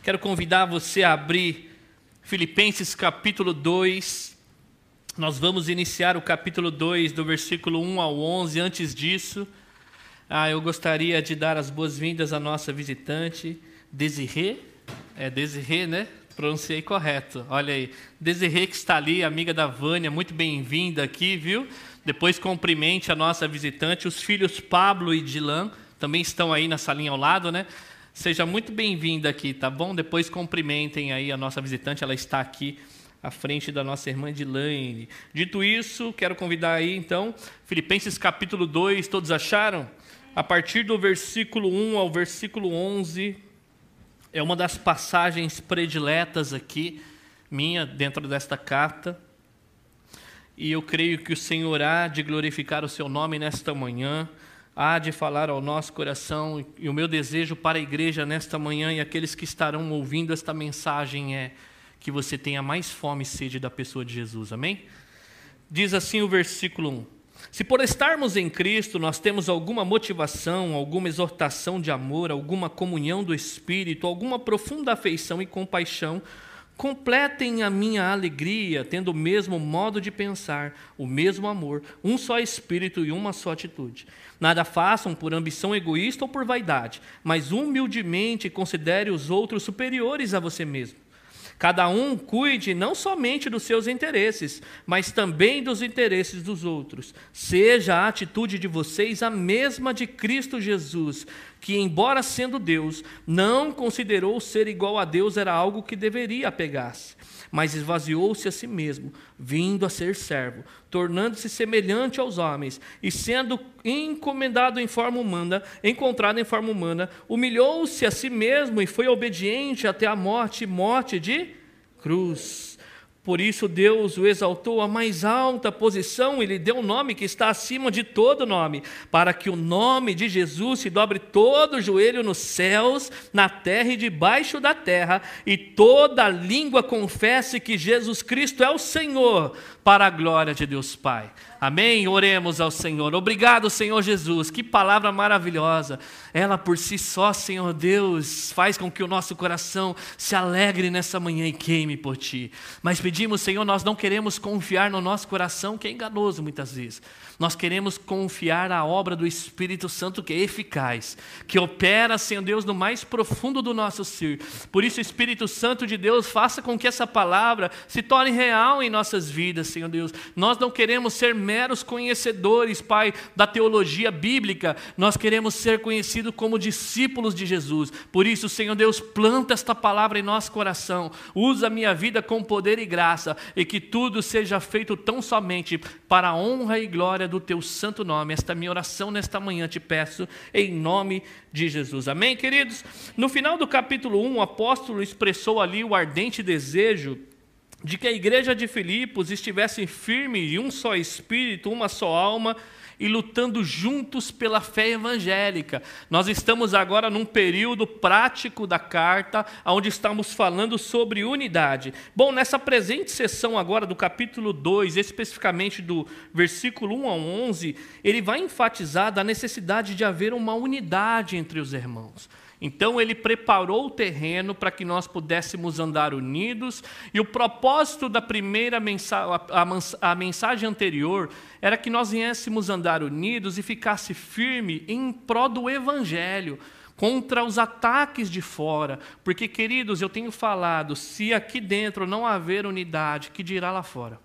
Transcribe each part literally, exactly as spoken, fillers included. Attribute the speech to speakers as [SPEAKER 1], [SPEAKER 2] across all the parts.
[SPEAKER 1] Quero convidar você a abrir Filipenses capítulo dois. Nós vamos iniciar o capítulo dois, do versículo um ao onze. Antes disso, ah, eu gostaria de dar as boas-vindas à nossa visitante, Desirê. É Desirê, né? Pronunciei correto. Olha aí. Desirê, que está ali, amiga da Vânia, muito bem-vinda aqui, viu? Depois cumprimente a nossa visitante. Os filhos Pablo e Dilan também estão aí na salinha ao lado, né? Seja muito bem-vinda aqui, tá bom? Depois cumprimentem aí a nossa visitante, ela está aqui à frente da nossa irmã Dilane. Dito isso, quero convidar aí, então, Filipenses capítulo dois, todos acharam? A partir do versículo um ao versículo onze, é uma das passagens prediletas aqui, minha, dentro desta carta. E eu creio que o Senhor há de glorificar o seu nome nesta manhã, há de falar ao nosso coração, e o meu desejo para a igreja nesta manhã e aqueles que estarão ouvindo esta mensagem é que você tenha mais fome e sede da pessoa de Jesus, amém? Diz assim o versículo um: se por estarmos em Cristo nós temos alguma motivação, alguma exortação de amor, alguma comunhão do Espírito, alguma profunda afeição e compaixão, completem a minha alegria, tendo o mesmo modo de pensar, o mesmo amor, um só Espírito e uma só atitude. Nada façam por ambição egoísta ou por vaidade, mas humildemente considere os outros superiores a você mesmo. Cada um cuide não somente dos seus interesses, mas também dos interesses dos outros. Seja a atitude de vocês a mesma de Cristo Jesus, que, embora sendo Deus, não considerou ser igual a Deus era algo que deveria apegar-se, mas esvaziou-se a si mesmo, vindo a ser servo, tornando-se semelhante aos homens, e sendo encomendado em forma humana, encontrado em forma humana, humilhou-se a si mesmo e foi obediente até a morte, morte de cruz. Por isso Deus o exaltou à mais alta posição e lhe deu um nome que está acima de todo nome, para que o nome de Jesus se dobre todo o joelho nos céus, na terra e debaixo da terra, e toda língua confesse que Jesus Cristo é o Senhor, para a glória de Deus Pai. Amém? Oremos ao Senhor. Obrigado, Senhor Jesus. Que palavra maravilhosa. Ela por si só, Senhor Deus, faz com que o nosso coração se alegre nessa manhã e queime por Ti. Mas pedimos, Senhor, nós não queremos confiar no nosso coração, que é enganoso muitas vezes. Nós queremos confiar na obra do Espírito Santo, que é eficaz, que opera, Senhor Deus, no mais profundo do nosso ser. Por isso, Espírito Santo de Deus, faça com que essa palavra se torne real em nossas vidas, Senhor Deus. Nós não queremos ser meros conhecedores, Pai, da teologia bíblica. Nós queremos ser conhecidos como discípulos de Jesus. Por isso, Senhor Deus, planta esta palavra em nosso coração. Usa a minha vida com poder e graça, e que tudo seja feito tão somente para a honra e glória do Teu santo nome. Esta minha oração nesta manhã te peço em nome de Jesus. Amém, queridos? No final do capítulo um, o apóstolo expressou ali o ardente desejo de que a igreja de Filipos estivesse firme em um só espírito, uma só alma, e lutando juntos pela fé evangélica. Nós estamos agora num período prático da carta, onde estamos falando sobre unidade. Bom, nessa presente sessão agora do capítulo dois, especificamente do versículo um ao onze, ele vai enfatizar a necessidade de haver uma unidade entre os irmãos. Então ele preparou o terreno para que nós pudéssemos andar unidos, e o propósito da primeira mensagem, a, a mensagem anterior, era que nós viéssemos andar unidos e ficasse firme em prol do Evangelho, contra os ataques de fora. Porque, queridos, eu tenho falado, se aqui dentro não haver unidade, que dirá lá fora?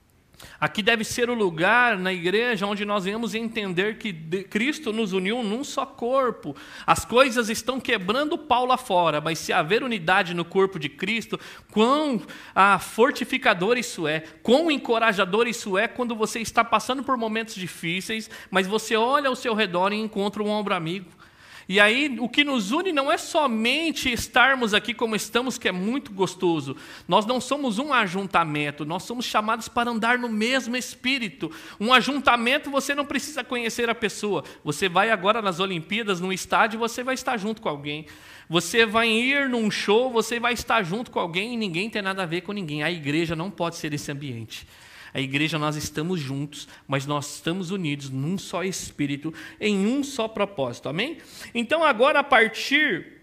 [SPEAKER 1] Aqui deve ser o lugar na igreja onde nós venhamos entender que Cristo nos uniu num só corpo. As coisas estão quebrando o pau lá fora, mas se haver unidade no corpo de Cristo, quão ah, fortificador isso é, quão encorajador isso é quando você está passando por momentos difíceis, mas você olha ao seu redor e encontra um ombro amigo. E aí, o que nos une não é somente estarmos aqui como estamos, que é muito gostoso. Nós não somos um ajuntamento, nós somos chamados para andar no mesmo espírito. Um ajuntamento, você não precisa conhecer a pessoa. Você vai agora nas Olimpíadas, no estádio, você vai estar junto com alguém. Você vai ir num show, você vai estar junto com alguém e ninguém tem nada a ver com ninguém. A igreja não pode ser esse ambiente. A igreja, nós estamos juntos, mas nós estamos unidos num só espírito, em um só propósito, amém? Então agora, a partir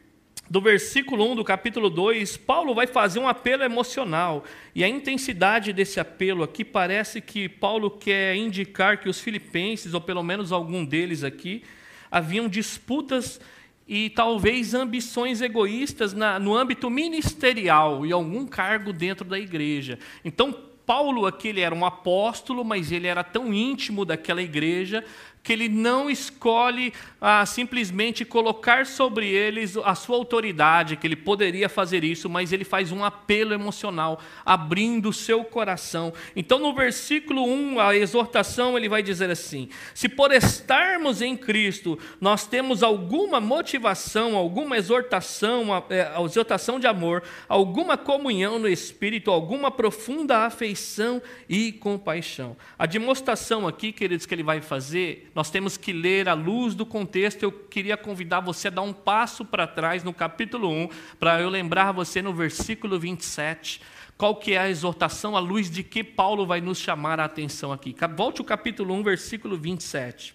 [SPEAKER 1] do versículo um do capítulo dois, Paulo vai fazer um apelo emocional. E a intensidade desse apelo aqui parece que Paulo quer indicar que os filipenses, ou pelo menos algum deles aqui, haviam disputas e talvez ambições egoístas na, no âmbito ministerial e algum cargo dentro da igreja. Então, Paulo aqui ele era um apóstolo, mas ele era tão íntimo daquela igreja que ele não escolhe ah, simplesmente colocar sobre eles a sua autoridade, que ele poderia fazer isso, mas ele faz um apelo emocional, abrindo o seu coração. Então, no versículo um, a exortação, ele vai dizer assim: se por estarmos em Cristo, nós temos alguma motivação, alguma exortação, é, exortação de amor, alguma comunhão no Espírito, alguma profunda afeição e compaixão. A demonstração aqui, queridos, que ele vai fazer, nós temos que ler à luz do contexto. Eu queria convidar você a dar um passo para trás no capítulo um, para eu lembrar você no versículo vinte e sete, qual que é a exortação, à luz de que Paulo vai nos chamar a atenção aqui. Volte ao capítulo um, versículo vinte e sete.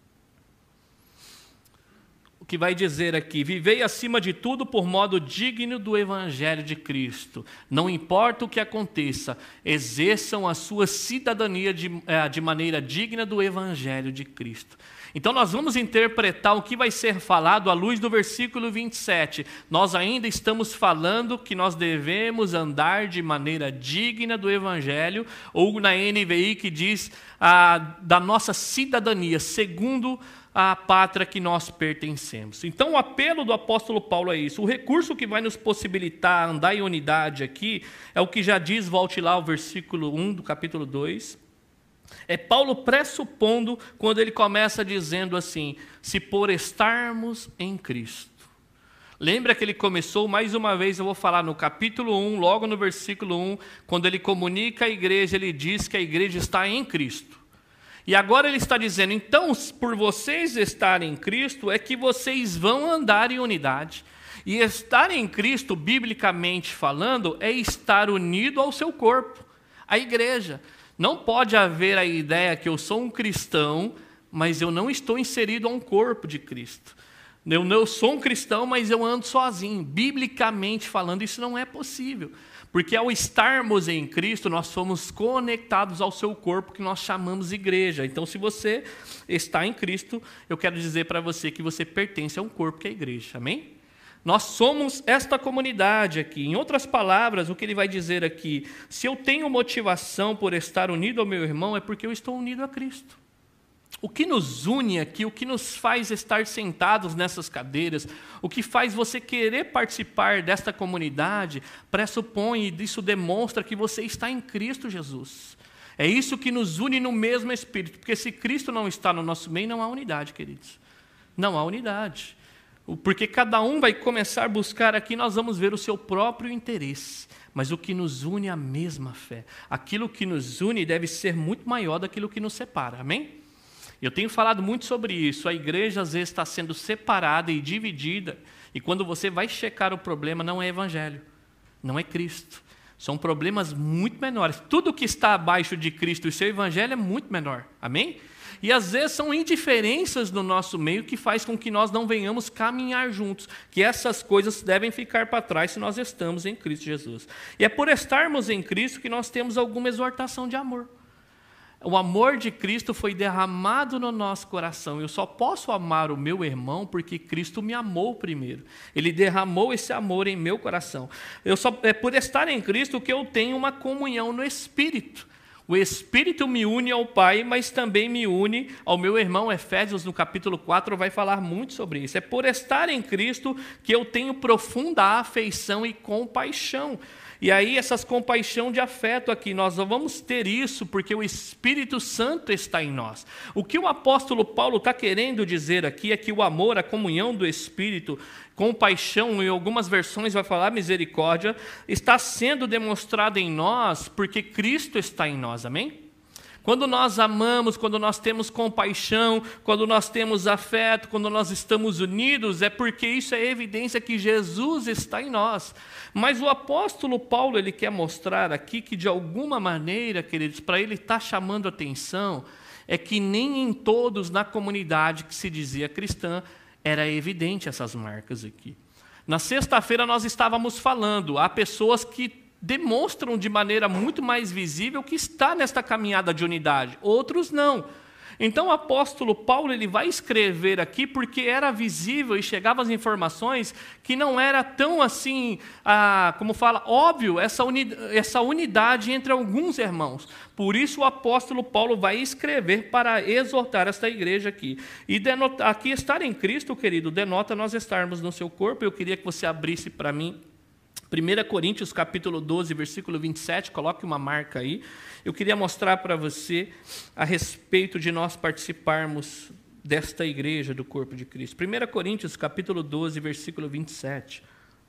[SPEAKER 1] O que vai dizer aqui: vivei acima de tudo por modo digno do Evangelho de Cristo. Não importa o que aconteça, exerçam a sua cidadania de, de maneira digna do Evangelho de Cristo. Então nós vamos interpretar o que vai ser falado à luz do versículo vinte e sete. Nós ainda estamos falando que nós devemos andar de maneira digna do Evangelho, ou na N V I que diz ah, da nossa cidadania, segundo a pátria que nós pertencemos. Então o apelo do apóstolo Paulo é isso. O recurso que vai nos possibilitar andar em unidade aqui é o que já diz, volte lá ao versículo um do capítulo dois. É Paulo pressupondo quando ele começa dizendo assim: se por estarmos em Cristo. Lembra que ele começou, mais uma vez eu vou falar no capítulo um, logo no versículo um, quando ele comunica à igreja, ele diz que a igreja está em Cristo. E agora ele está dizendo: então, por vocês estarem em Cristo, é que vocês vão andar em unidade. E estar em Cristo, biblicamente falando, é estar unido ao seu corpo, a igreja. Não pode haver a ideia que eu sou um cristão, mas eu não estou inserido a um corpo de Cristo. Eu, eu sou um cristão, mas eu ando sozinho. Biblicamente falando, isso não é possível. Porque ao estarmos em Cristo, nós somos conectados ao seu corpo, que nós chamamos igreja. Então, se você está em Cristo, eu quero dizer para você que você pertence a um corpo que é a igreja. Amém? Nós somos esta comunidade aqui. Em outras palavras, o que ele vai dizer aqui: se eu tenho motivação por estar unido ao meu irmão, é porque eu estou unido a Cristo. O que nos une aqui, o que nos faz estar sentados nessas cadeiras, o que faz você querer participar desta comunidade, pressupõe e isso demonstra que você está em Cristo Jesus. É isso que nos une no mesmo Espírito, porque se Cristo não está no nosso meio, não há unidade, queridos. Não há unidade. Porque cada um vai começar a buscar aqui, nós vamos ver o seu próprio interesse. Mas o que nos une é a mesma fé. Aquilo que nos une deve ser muito maior daquilo que nos separa. Amém? Eu tenho falado muito sobre isso. A igreja às vezes está sendo separada e dividida. E quando você vai checar o problema, não é evangelho, não é Cristo. São problemas muito menores. Tudo que está abaixo de Cristo e seu evangelho é muito menor. Amém? E às vezes são indiferenças no nosso meio que faz com que nós não venhamos caminhar juntos. Que essas coisas devem ficar para trás se nós estamos em Cristo Jesus. E é por estarmos em Cristo que nós temos alguma exortação de amor. O amor de Cristo foi derramado no nosso coração. Eu só posso amar o meu irmão porque Cristo me amou primeiro. Ele derramou esse amor em meu coração. Eu só, é por estar em Cristo que eu tenho uma comunhão no Espírito. O Espírito me une ao Pai, mas também me une ao meu irmão. Efésios, no capítulo quatro, vai falar muito sobre isso. É por estar em Cristo que eu tenho profunda afeição e compaixão. E aí, essas compaixão de afeto aqui, nós vamos ter isso porque o Espírito Santo está em nós. O que o apóstolo Paulo está querendo dizer aqui é que o amor, a comunhão do Espírito, compaixão, em algumas versões vai falar misericórdia, está sendo demonstrada em nós porque Cristo está em nós, amém? Quando nós amamos, quando nós temos compaixão, quando nós temos afeto, quando nós estamos unidos, é porque isso é evidência que Jesus está em nós. Mas o apóstolo Paulo, ele quer mostrar aqui que de alguma maneira, queridos, para ele estar chamando atenção, é que nem em todos na comunidade que se dizia cristã, era evidente essas marcas aqui. Na sexta-feira nós estávamos falando, há pessoas que demonstram de maneira muito mais visível que está nesta caminhada de unidade, outros não. Então o apóstolo Paulo ele vai escrever aqui porque era visível e chegavam as informações que não era tão assim, ah, como fala, óbvio essa, uni, essa unidade entre alguns irmãos. Por isso o apóstolo Paulo vai escrever para exortar esta igreja aqui. E denota, aqui estar em Cristo, querido, denota nós estarmos no seu corpo. Eu queria que você abrisse para mim primeira Coríntios capítulo doze, versículo vinte e sete, coloque uma marca aí. Eu queria mostrar para você a respeito de nós participarmos desta igreja do corpo de Cristo. primeira Coríntios capítulo doze, versículo vinte e sete.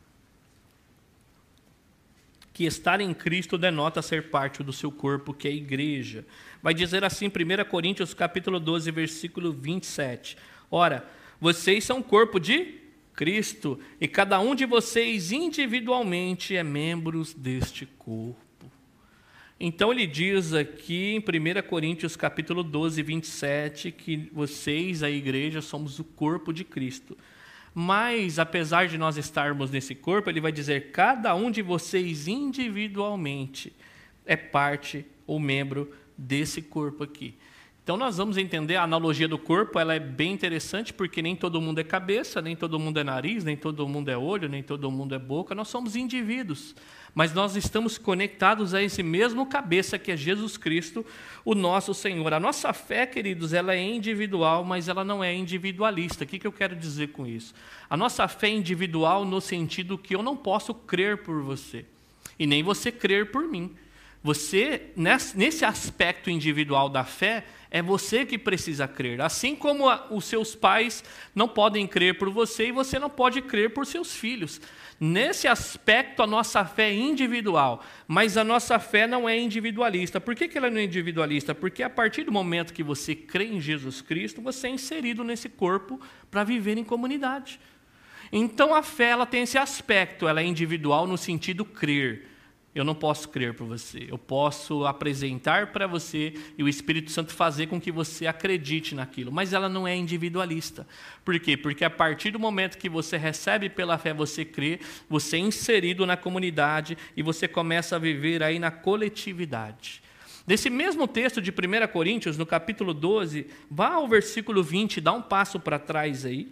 [SPEAKER 1] Que estar em Cristo denota ser parte do seu corpo, que é a igreja. Vai dizer assim, primeira Coríntios capítulo doze, versículo vinte e sete. Ora, vocês são corpo de Cristo, e cada um de vocês individualmente é membros deste corpo. Então ele diz aqui em primeira Coríntios capítulo doze, vinte e sete, que vocês, a igreja, somos o corpo de Cristo. Mas, apesar de nós estarmos nesse corpo, ele vai dizer, cada um de vocês individualmente é parte ou membro desse corpo aqui. Então nós vamos entender a analogia do corpo, ela é bem interessante, porque nem todo mundo é cabeça, nem todo mundo é nariz, nem todo mundo é olho, nem todo mundo é boca, nós somos indivíduos, mas nós estamos conectados a esse mesmo cabeça que é Jesus Cristo, o nosso Senhor. A nossa fé, queridos, ela é individual, mas ela não é individualista. O que eu quero dizer com isso? A nossa fé é individual no sentido que eu não posso crer por você, e nem você crer por mim. Você, nesse aspecto individual da fé, é você que precisa crer. Assim como os seus pais não podem crer por você e você não pode crer por seus filhos. Nesse aspecto, a nossa fé é individual, mas a nossa fé não é individualista. Por que que ela não é individualista? Porque a partir do momento que você crê em Jesus Cristo, você é inserido nesse corpo para viver em comunidade. Então a fé ela tem esse aspecto, ela é individual no sentido crer. Eu não posso crer por você, eu posso apresentar para você e o Espírito Santo fazer com que você acredite naquilo, mas ela não é individualista. Por quê? Porque a partir do momento que você recebe pela fé, você crê, você é inserido na comunidade e você começa a viver aí na coletividade. Nesse mesmo texto de primeira Coríntios, no capítulo doze, vá ao versículo vinte, dá um passo para trás aí,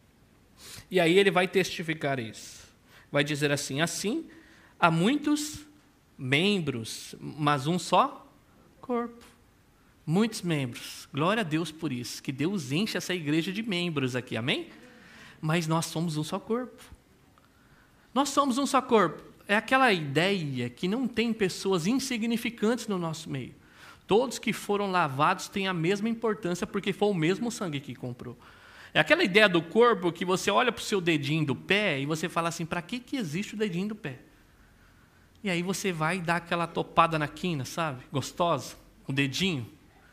[SPEAKER 1] e aí ele vai testificar isso. Vai dizer assim, assim, há muitos membros, mas um só corpo. Muitos membros. Glória a Deus por isso. Que Deus enche essa igreja de membros aqui, amém? Mas nós somos um só corpo. Nós somos um só corpo. É aquela ideia que não tem pessoas insignificantes no nosso meio. Todos que foram lavados têm a mesma importância porque foi o mesmo sangue que comprou. É aquela ideia do corpo que você olha para o seu dedinho do pé e você fala assim, para que que existe o dedinho do pé? E aí você vai dar aquela topada na quina, sabe? Gostosa, o dedinho.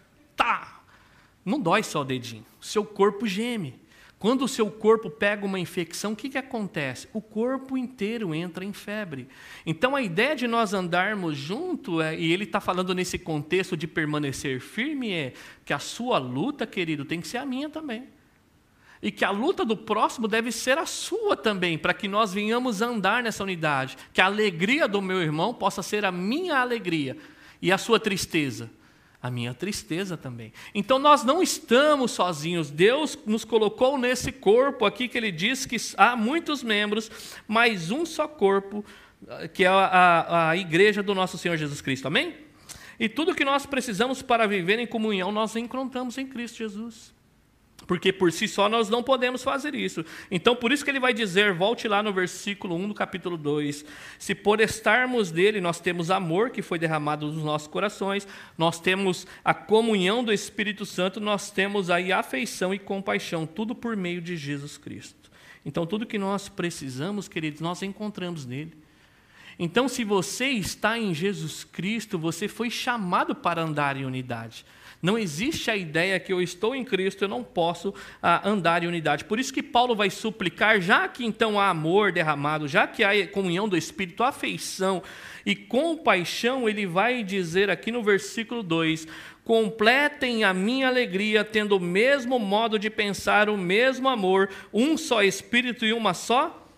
[SPEAKER 1] Tá! Não dói só o dedinho, o seu corpo geme. Quando o seu corpo pega uma infecção, o que que acontece? O corpo inteiro entra em febre. Então a ideia de nós andarmos junto, é, e ele está falando nesse contexto de permanecer firme, é que a sua luta, querido, tem que ser a minha também. E que a luta do próximo deve ser a sua também, para que nós venhamos andar nessa unidade. Que a alegria do meu irmão possa ser a minha alegria. E a sua tristeza, a minha tristeza também. Então nós não estamos sozinhos. Deus nos colocou nesse corpo aqui, que ele diz que há muitos membros, mas um só corpo, que é a, a, a igreja do nosso Senhor Jesus Cristo. Amém? E tudo que nós precisamos para viver em comunhão, nós encontramos em Cristo Jesus. Porque por si só nós não podemos fazer isso. Então, por isso que ele vai dizer, volte lá no versículo um do capítulo dois, se por estarmos dele, nós temos amor que foi derramado nos nossos corações, nós temos a comunhão do Espírito Santo, nós temos aí afeição e compaixão, tudo por meio de Jesus Cristo. Então, tudo que nós precisamos, queridos, nós encontramos nele. Então, se você está em Jesus Cristo, você foi chamado para andar em unidade. Não existe a ideia que eu estou em Cristo, eu não posso ah, andar em unidade. Por isso que Paulo vai suplicar, já que então há amor derramado, já que há comunhão do Espírito, afeição e compaixão, ele vai dizer aqui no versículo dois, completem a minha alegria, tendo o mesmo modo de pensar, o mesmo amor, um só Espírito e uma só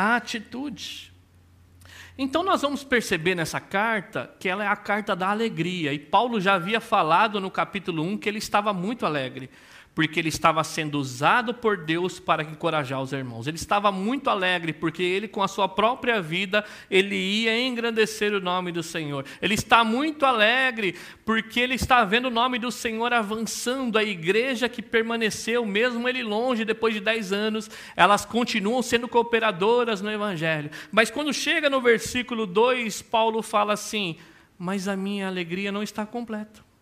[SPEAKER 1] a atitude. Então nós vamos perceber nessa carta que ela é a carta da alegria. E Paulo já havia falado no capítulo um que ele estava muito alegre, porque ele estava sendo usado por Deus para encorajar os irmãos. Ele estava muito alegre, porque ele, com a sua própria vida, ele ia engrandecer o nome do Senhor. Ele está muito alegre, porque ele está vendo o nome do Senhor avançando. A igreja que permaneceu, mesmo ele longe, depois de dez anos, elas continuam sendo cooperadoras no Evangelho. Mas quando chega no versículo dois, Paulo fala assim: mas a minha alegria não está completa.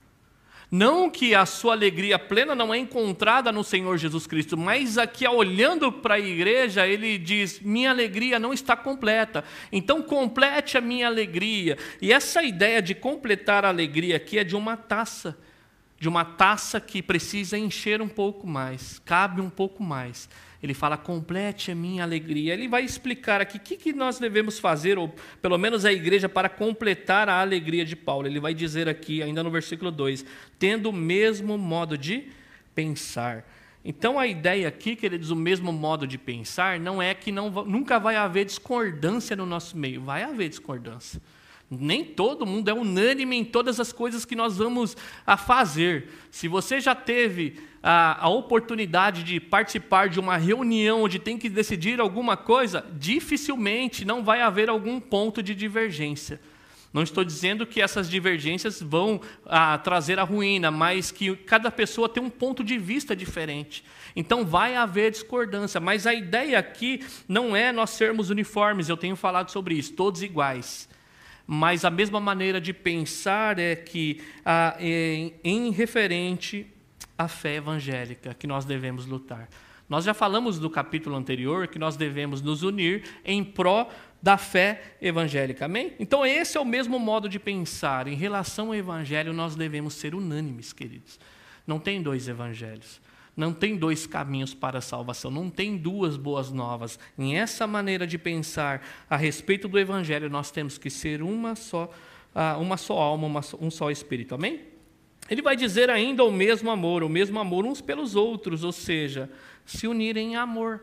[SPEAKER 1] Não que a sua alegria plena não é encontrada no Senhor Jesus Cristo, mas aqui, olhando para a igreja, ele diz: minha alegria não está completa, então complete a minha alegria. E essa ideia de completar a alegria aqui é de uma taça, de uma taça que precisa encher um pouco mais, cabe um pouco mais. Ele fala: complete a minha alegria. Ele vai explicar aqui o que, que nós devemos fazer, ou pelo menos a igreja, para completar a alegria de Paulo. Ele vai dizer aqui, ainda no versículo dois, tendo o mesmo modo de pensar. Então a ideia aqui, queridos, o mesmo modo de pensar, não é que não, nunca vai haver discordância no nosso meio. Vai haver discordância. Nem todo mundo é unânime em todas as coisas que nós vamos a fazer. Se você já teve a, a oportunidade de participar de uma reunião onde tem que decidir alguma coisa, dificilmente não vai haver algum ponto de divergência. Não estou dizendo que essas divergências vão a, trazer a ruína, mas que cada pessoa tem um ponto de vista diferente. Então vai haver discordância, mas a ideia aqui não é nós sermos uniformes, eu tenho falado sobre isso, todos iguais. Mas a mesma maneira de pensar é que, ah, em, em referente à fé evangélica, que nós devemos lutar. Nós já falamos do capítulo anterior que nós devemos nos unir em pró da fé evangélica, amém? Então esse é o mesmo modo de pensar. Em relação ao evangelho, nós devemos ser unânimes, queridos. Não tem dois evangelhos. Não tem dois caminhos para a salvação, não tem duas boas novas. Em essa maneira de pensar a respeito do Evangelho, nós temos que ser uma só, uma só alma, uma só, um só Espírito, amém? Ele vai dizer ainda o mesmo amor, o mesmo amor uns pelos outros, ou seja, se unirem em amor.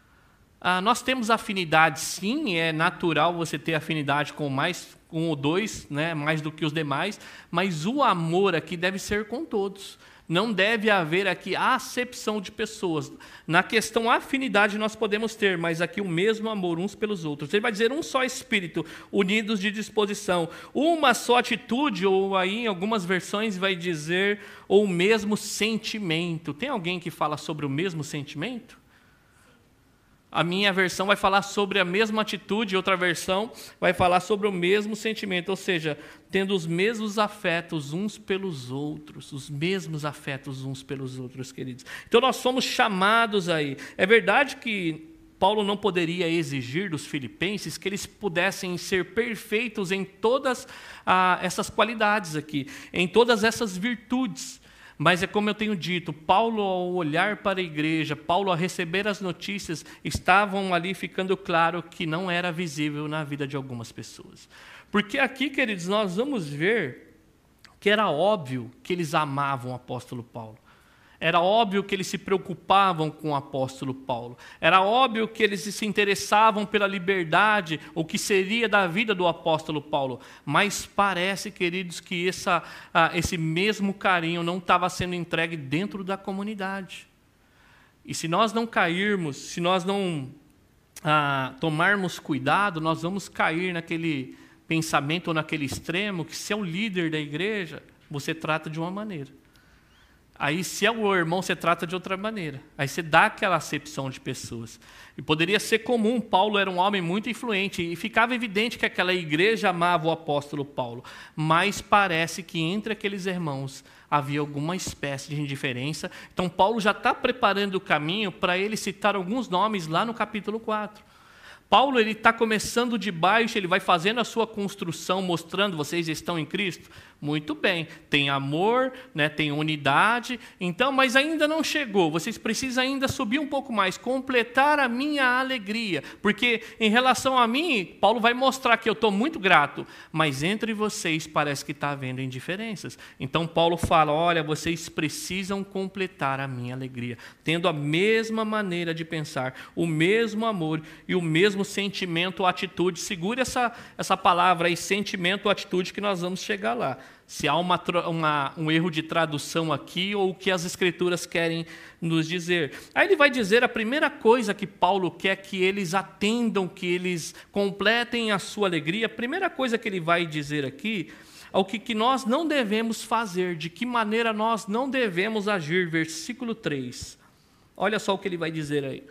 [SPEAKER 1] Ah, nós temos afinidade, sim, é natural você ter afinidade com mais um ou dois, né, mais do que os demais, mas o amor aqui deve ser com todos. Não deve haver aqui acepção de pessoas. Na questão afinidade nós podemos ter, mas aqui o mesmo amor uns pelos outros. Ele vai dizer um só espírito, unidos de disposição. Uma só atitude, ou aí em algumas versões vai dizer o mesmo sentimento. Tem alguém que fala sobre o mesmo sentimento? A minha versão vai falar sobre a mesma atitude, outra versão vai falar sobre o mesmo sentimento, ou seja, tendo os mesmos afetos uns pelos outros, os mesmos afetos uns pelos outros, queridos. Então nós somos chamados aí. É verdade que Paulo não poderia exigir dos filipenses que eles pudessem ser perfeitos em todas ah, essas qualidades aqui, em todas essas virtudes. Mas é como eu tenho dito, Paulo, ao olhar para a igreja, Paulo, ao receber as notícias, estavam ali ficando claro que não era visível na vida de algumas pessoas. Porque aqui, queridos, nós vamos ver que era óbvio que eles amavam o apóstolo Paulo. Era óbvio que eles se preocupavam com o apóstolo Paulo. Era óbvio que eles se interessavam pela liberdade, o que seria da vida do apóstolo Paulo. Mas parece, queridos, que essa, ah, esse mesmo carinho não estava sendo entregue dentro da comunidade. E se nós não cairmos, se nós não ah, tomarmos cuidado, nós vamos cair naquele pensamento ou naquele extremo que se é o líder da igreja, você trata de uma maneira. Aí, se é o irmão, você trata de outra maneira. Aí você dá aquela acepção de pessoas. E poderia ser comum, Paulo era um homem muito influente, e ficava evidente que aquela igreja amava o apóstolo Paulo. Mas parece que entre aqueles irmãos havia alguma espécie de indiferença. Então, Paulo já está preparando o caminho para ele citar alguns nomes lá no capítulo quatro. Paulo ele está começando de baixo, ele vai fazendo a sua construção, mostrando, vocês estão em Cristo, Muito bem, tem amor, né, tem unidade, então, mas ainda não chegou. Vocês precisam ainda subir um pouco mais, completar a minha alegria. Porque em relação a mim, Paulo vai mostrar que eu estou muito grato, mas entre vocês parece que está havendo indiferenças. Então Paulo fala, olha, vocês precisam completar a minha alegria, tendo a mesma maneira de pensar, o mesmo amor e o mesmo sentimento ou atitude. Segure essa, essa palavra aí, sentimento ou atitude, que nós vamos chegar lá. Se há uma, uma, um erro de tradução aqui ou o que as Escrituras querem nos dizer. Aí ele vai dizer a primeira coisa que Paulo quer que eles atendam, que eles completem a sua alegria. A primeira coisa que ele vai dizer aqui é o que, que nós não devemos fazer, de que maneira nós não devemos agir. Versículo três. Olha só o que ele vai dizer aí.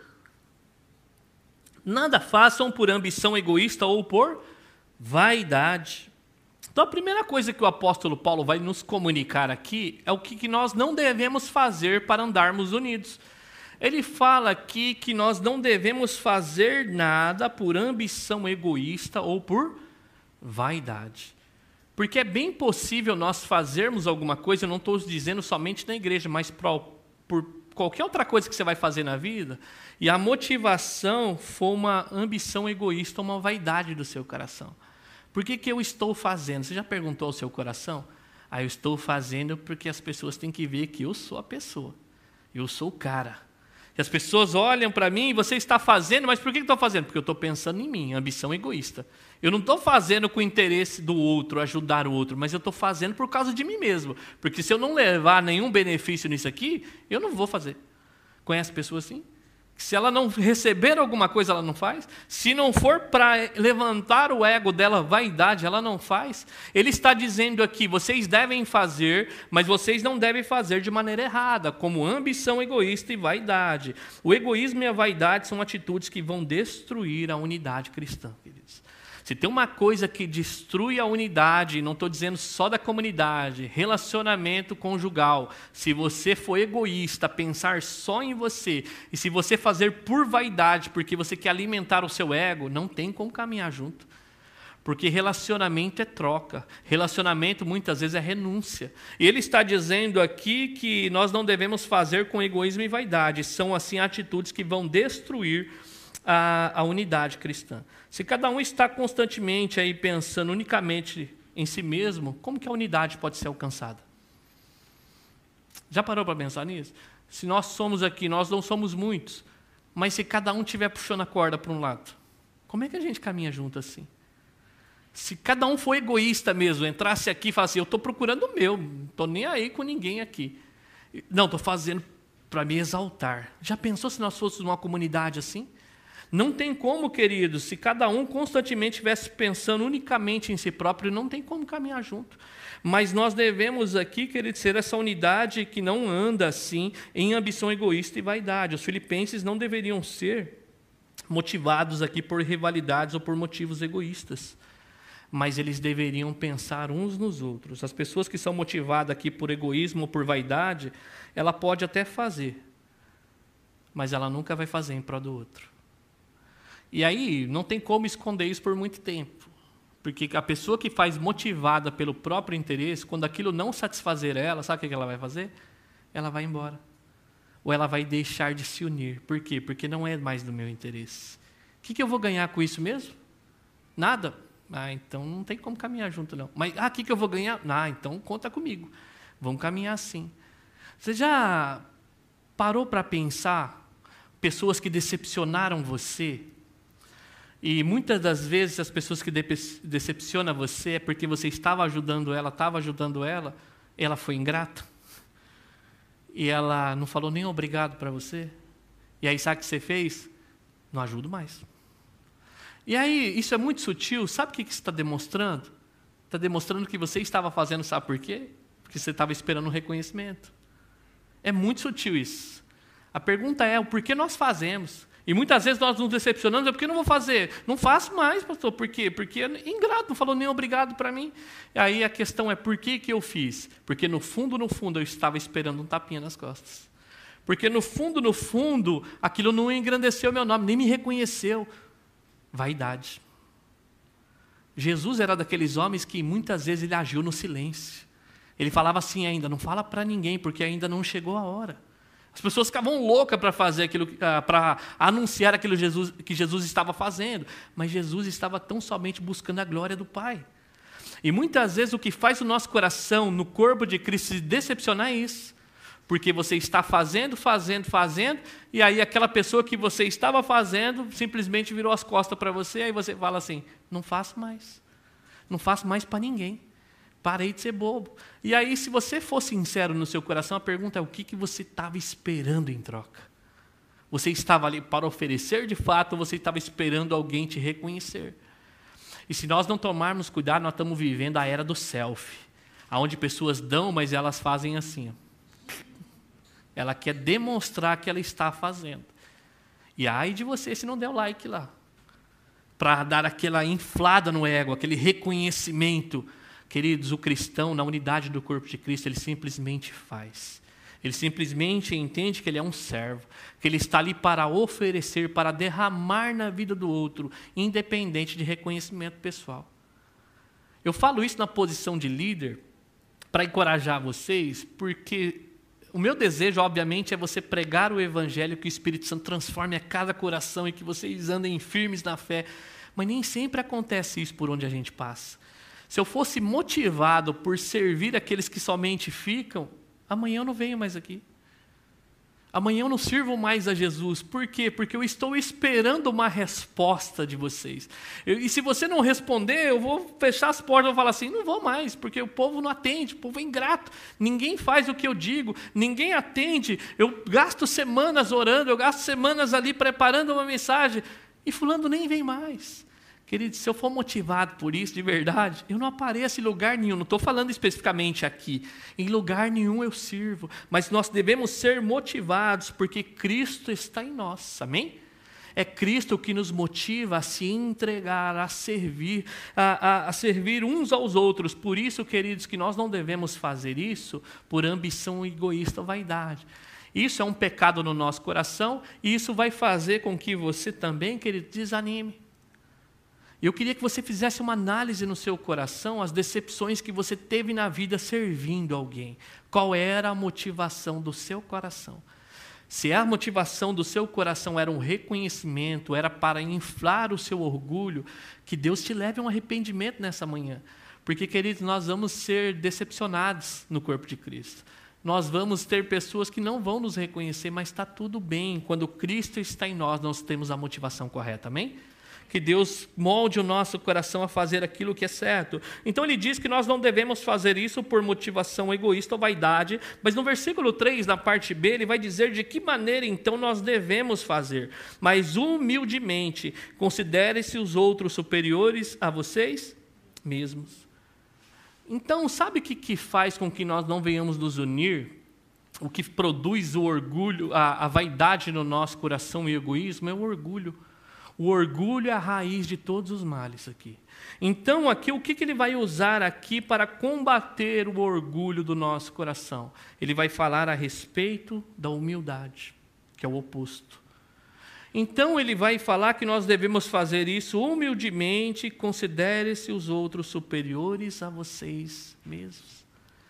[SPEAKER 1] Nada façam por ambição egoísta ou por vaidade. Então, a primeira coisa que o apóstolo Paulo vai nos comunicar aqui é o que nós não devemos fazer para andarmos unidos. Ele fala aqui que nós não devemos fazer nada por ambição egoísta ou por vaidade. Porque é bem possível nós fazermos alguma coisa, eu não estou dizendo somente na igreja, mas por, por qualquer outra coisa que você vai fazer na vida, e a motivação for uma ambição egoísta, uma vaidade do seu coração. Por que que eu estou fazendo? Você já perguntou ao seu coração? Ah, eu estou fazendo porque as pessoas têm que ver que eu sou a pessoa. Eu sou o cara. E as pessoas olham para mim e você está fazendo, mas por que que estou fazendo? Porque eu estou pensando em mim, ambição egoísta. Eu não estou fazendo com o interesse do outro, ajudar o outro, mas eu estou fazendo por causa de mim mesmo. Porque se eu não levar nenhum benefício nisso aqui, eu não vou fazer. Conhece pessoas assim? Se ela não receber alguma coisa, ela não faz. Se não for para levantar o ego dela, vaidade, ela não faz. Ele está dizendo aqui, vocês devem fazer, mas vocês não devem fazer de maneira errada, como ambição egoísta e vaidade. O egoísmo e a vaidade são atitudes que vão destruir a unidade cristã, queridos. Se tem uma coisa que destrui a unidade, não estou dizendo só da comunidade, relacionamento conjugal, se você for egoísta, pensar só em você, e se você fazer por vaidade, porque você quer alimentar o seu ego, não tem como caminhar junto. Porque relacionamento é troca, relacionamento muitas vezes é renúncia. E ele está dizendo aqui que nós não devemos fazer com egoísmo e vaidade, são assim atitudes que vão destruir a, a unidade cristã. Se cada um está constantemente aí pensando unicamente em si mesmo, como que a unidade pode ser alcançada? Já parou para pensar nisso? Se nós somos aqui, nós não somos muitos, mas se cada um estiver puxando a corda para um lado, como é que a gente caminha junto assim? Se cada um for egoísta mesmo, entrasse aqui e falasse assim, eu estou procurando o meu, não estou nem aí com ninguém aqui. Não, estou fazendo para me exaltar. Já pensou se nós fôssemos uma comunidade assim? Não tem como, queridos, se cada um constantemente estivesse pensando unicamente em si próprio, não tem como caminhar junto. Mas nós devemos aqui, queridos, ser essa unidade que não anda assim em ambição egoísta e vaidade. Os filipenses não deveriam ser motivados aqui por rivalidades ou por motivos egoístas, mas eles deveriam pensar uns nos outros. As pessoas que são motivadas aqui por egoísmo ou por vaidade, ela pode até fazer, mas ela nunca vai fazer em prol do outro. E aí, não tem como esconder isso por muito tempo. Porque a pessoa que faz motivada pelo próprio interesse, quando aquilo não satisfazer ela, sabe o que ela vai fazer? Ela vai embora. Ou ela vai deixar de se unir. Por quê? Porque não é mais do meu interesse. O que eu vou ganhar com isso mesmo? Nada. Ah, então não tem como caminhar junto, não. Mas, ah, o que eu vou ganhar? Ah, então conta comigo. Vamos caminhar assim. Você já parou para pensar pessoas que decepcionaram você? E muitas das vezes as pessoas que decepcionam você é porque você estava ajudando ela, estava ajudando ela, ela foi ingrata. E ela não falou nem obrigado para você. E aí sabe o que você fez? Não ajudo mais. E aí, isso é muito sutil. Sabe o que isso está demonstrando? Está demonstrando que você estava fazendo, sabe por quê? Porque você estava esperando um reconhecimento. É muito sutil isso. A pergunta é, o porquê nós fazemos? E muitas vezes nós nos decepcionamos, é porque eu não vou fazer. Não faço mais, pastor. Por quê? Porque é ingrato, não falou nem obrigado para mim. E aí a questão é, por que que eu fiz? Porque no fundo, no fundo, eu estava esperando um tapinha nas costas. Porque no fundo, no fundo, aquilo não engrandeceu meu nome, nem me reconheceu. Vaidade. Jesus era daqueles homens que muitas vezes ele agiu no silêncio. Ele falava assim ainda, não fala para ninguém, porque ainda não chegou a hora. As pessoas ficavam loucas para fazer aquilo, para anunciar aquilo Jesus, que Jesus estava fazendo. Mas Jesus estava tão somente buscando a glória do Pai. E muitas vezes o que faz o nosso coração, no corpo de Cristo, se decepcionar é isso. Porque você está fazendo, fazendo, fazendo, e aí aquela pessoa que você estava fazendo simplesmente virou as costas para você, aí você fala assim, não faço mais. Não faço mais para ninguém. Parei de ser bobo. E aí, se você for sincero no seu coração, a pergunta é o que, que você estava esperando em troca? Você estava ali para oferecer de fato, ou você estava esperando alguém te reconhecer? E se nós não tomarmos cuidado, nós estamos vivendo a era do selfie, onde pessoas dão, mas elas fazem assim. Ó. Ela quer demonstrar que ela está fazendo. E ai de você se não der o like lá, para dar aquela inflada no ego, aquele reconhecimento. Queridos, o cristão, na unidade do corpo de Cristo, ele simplesmente faz. Ele simplesmente entende que ele é um servo, que ele está ali para oferecer, para derramar na vida do outro, independente de reconhecimento pessoal. Eu falo isso na posição de líder, para encorajar vocês, porque o meu desejo, obviamente, é você pregar o evangelho, que o Espírito Santo transforme a cada coração e que vocês andem firmes na fé. Mas nem sempre acontece isso por onde a gente passa. Se eu fosse motivado por servir aqueles que somente ficam, amanhã eu não venho mais aqui. Amanhã eu não sirvo mais a Jesus. Por quê? Porque eu estou esperando uma resposta de vocês. Eu, e se você não responder, eu vou fechar as portas e vou falar assim, não vou mais, porque o povo não atende, o povo é ingrato. Ninguém faz o que eu digo, ninguém atende. Eu gasto semanas orando, eu gasto semanas ali preparando uma mensagem, e fulano nem vem mais. Queridos, se eu for motivado por isso de verdade, eu não apareço em lugar nenhum, não estou falando especificamente aqui, em lugar nenhum eu sirvo, mas nós devemos ser motivados, porque Cristo está em nós, amém? É Cristo que nos motiva a se entregar, a servir, a, a, a servir uns aos outros. Por isso, queridos, que nós não devemos fazer isso por ambição egoísta ou vaidade. Isso é um pecado no nosso coração, e isso vai fazer com que você também, querido, desanime. Eu queria que você fizesse uma análise no seu coração, as decepções que você teve na vida servindo alguém. Qual era a motivação do seu coração? Se a motivação do seu coração era um reconhecimento, era para inflar o seu orgulho, que Deus te leve a um arrependimento nessa manhã. Porque, queridos, nós vamos ser decepcionados no corpo de Cristo. Nós vamos ter pessoas que não vão nos reconhecer, mas está tudo bem. Quando Cristo está em nós, nós temos a motivação correta, amém? Que Deus molde o nosso coração a fazer aquilo que é certo. Então ele diz que nós não devemos fazer isso por motivação egoísta ou vaidade, mas no versículo três, na parte B, ele vai dizer de que maneira então nós devemos fazer. Mas humildemente, considere-se os outros superiores a vocês mesmos. Então, sabe o que, que faz com que nós não venhamos nos unir? O que produz o orgulho, a, a vaidade no nosso coração e o egoísmo é o orgulho. O orgulho é a raiz de todos os males aqui. Então, aqui, o que, que ele vai usar aqui para combater o orgulho do nosso coração? Ele vai falar a respeito da humildade, que é o oposto. Então, ele vai falar que nós devemos fazer isso humildemente, considere-se os outros superiores a vocês mesmos.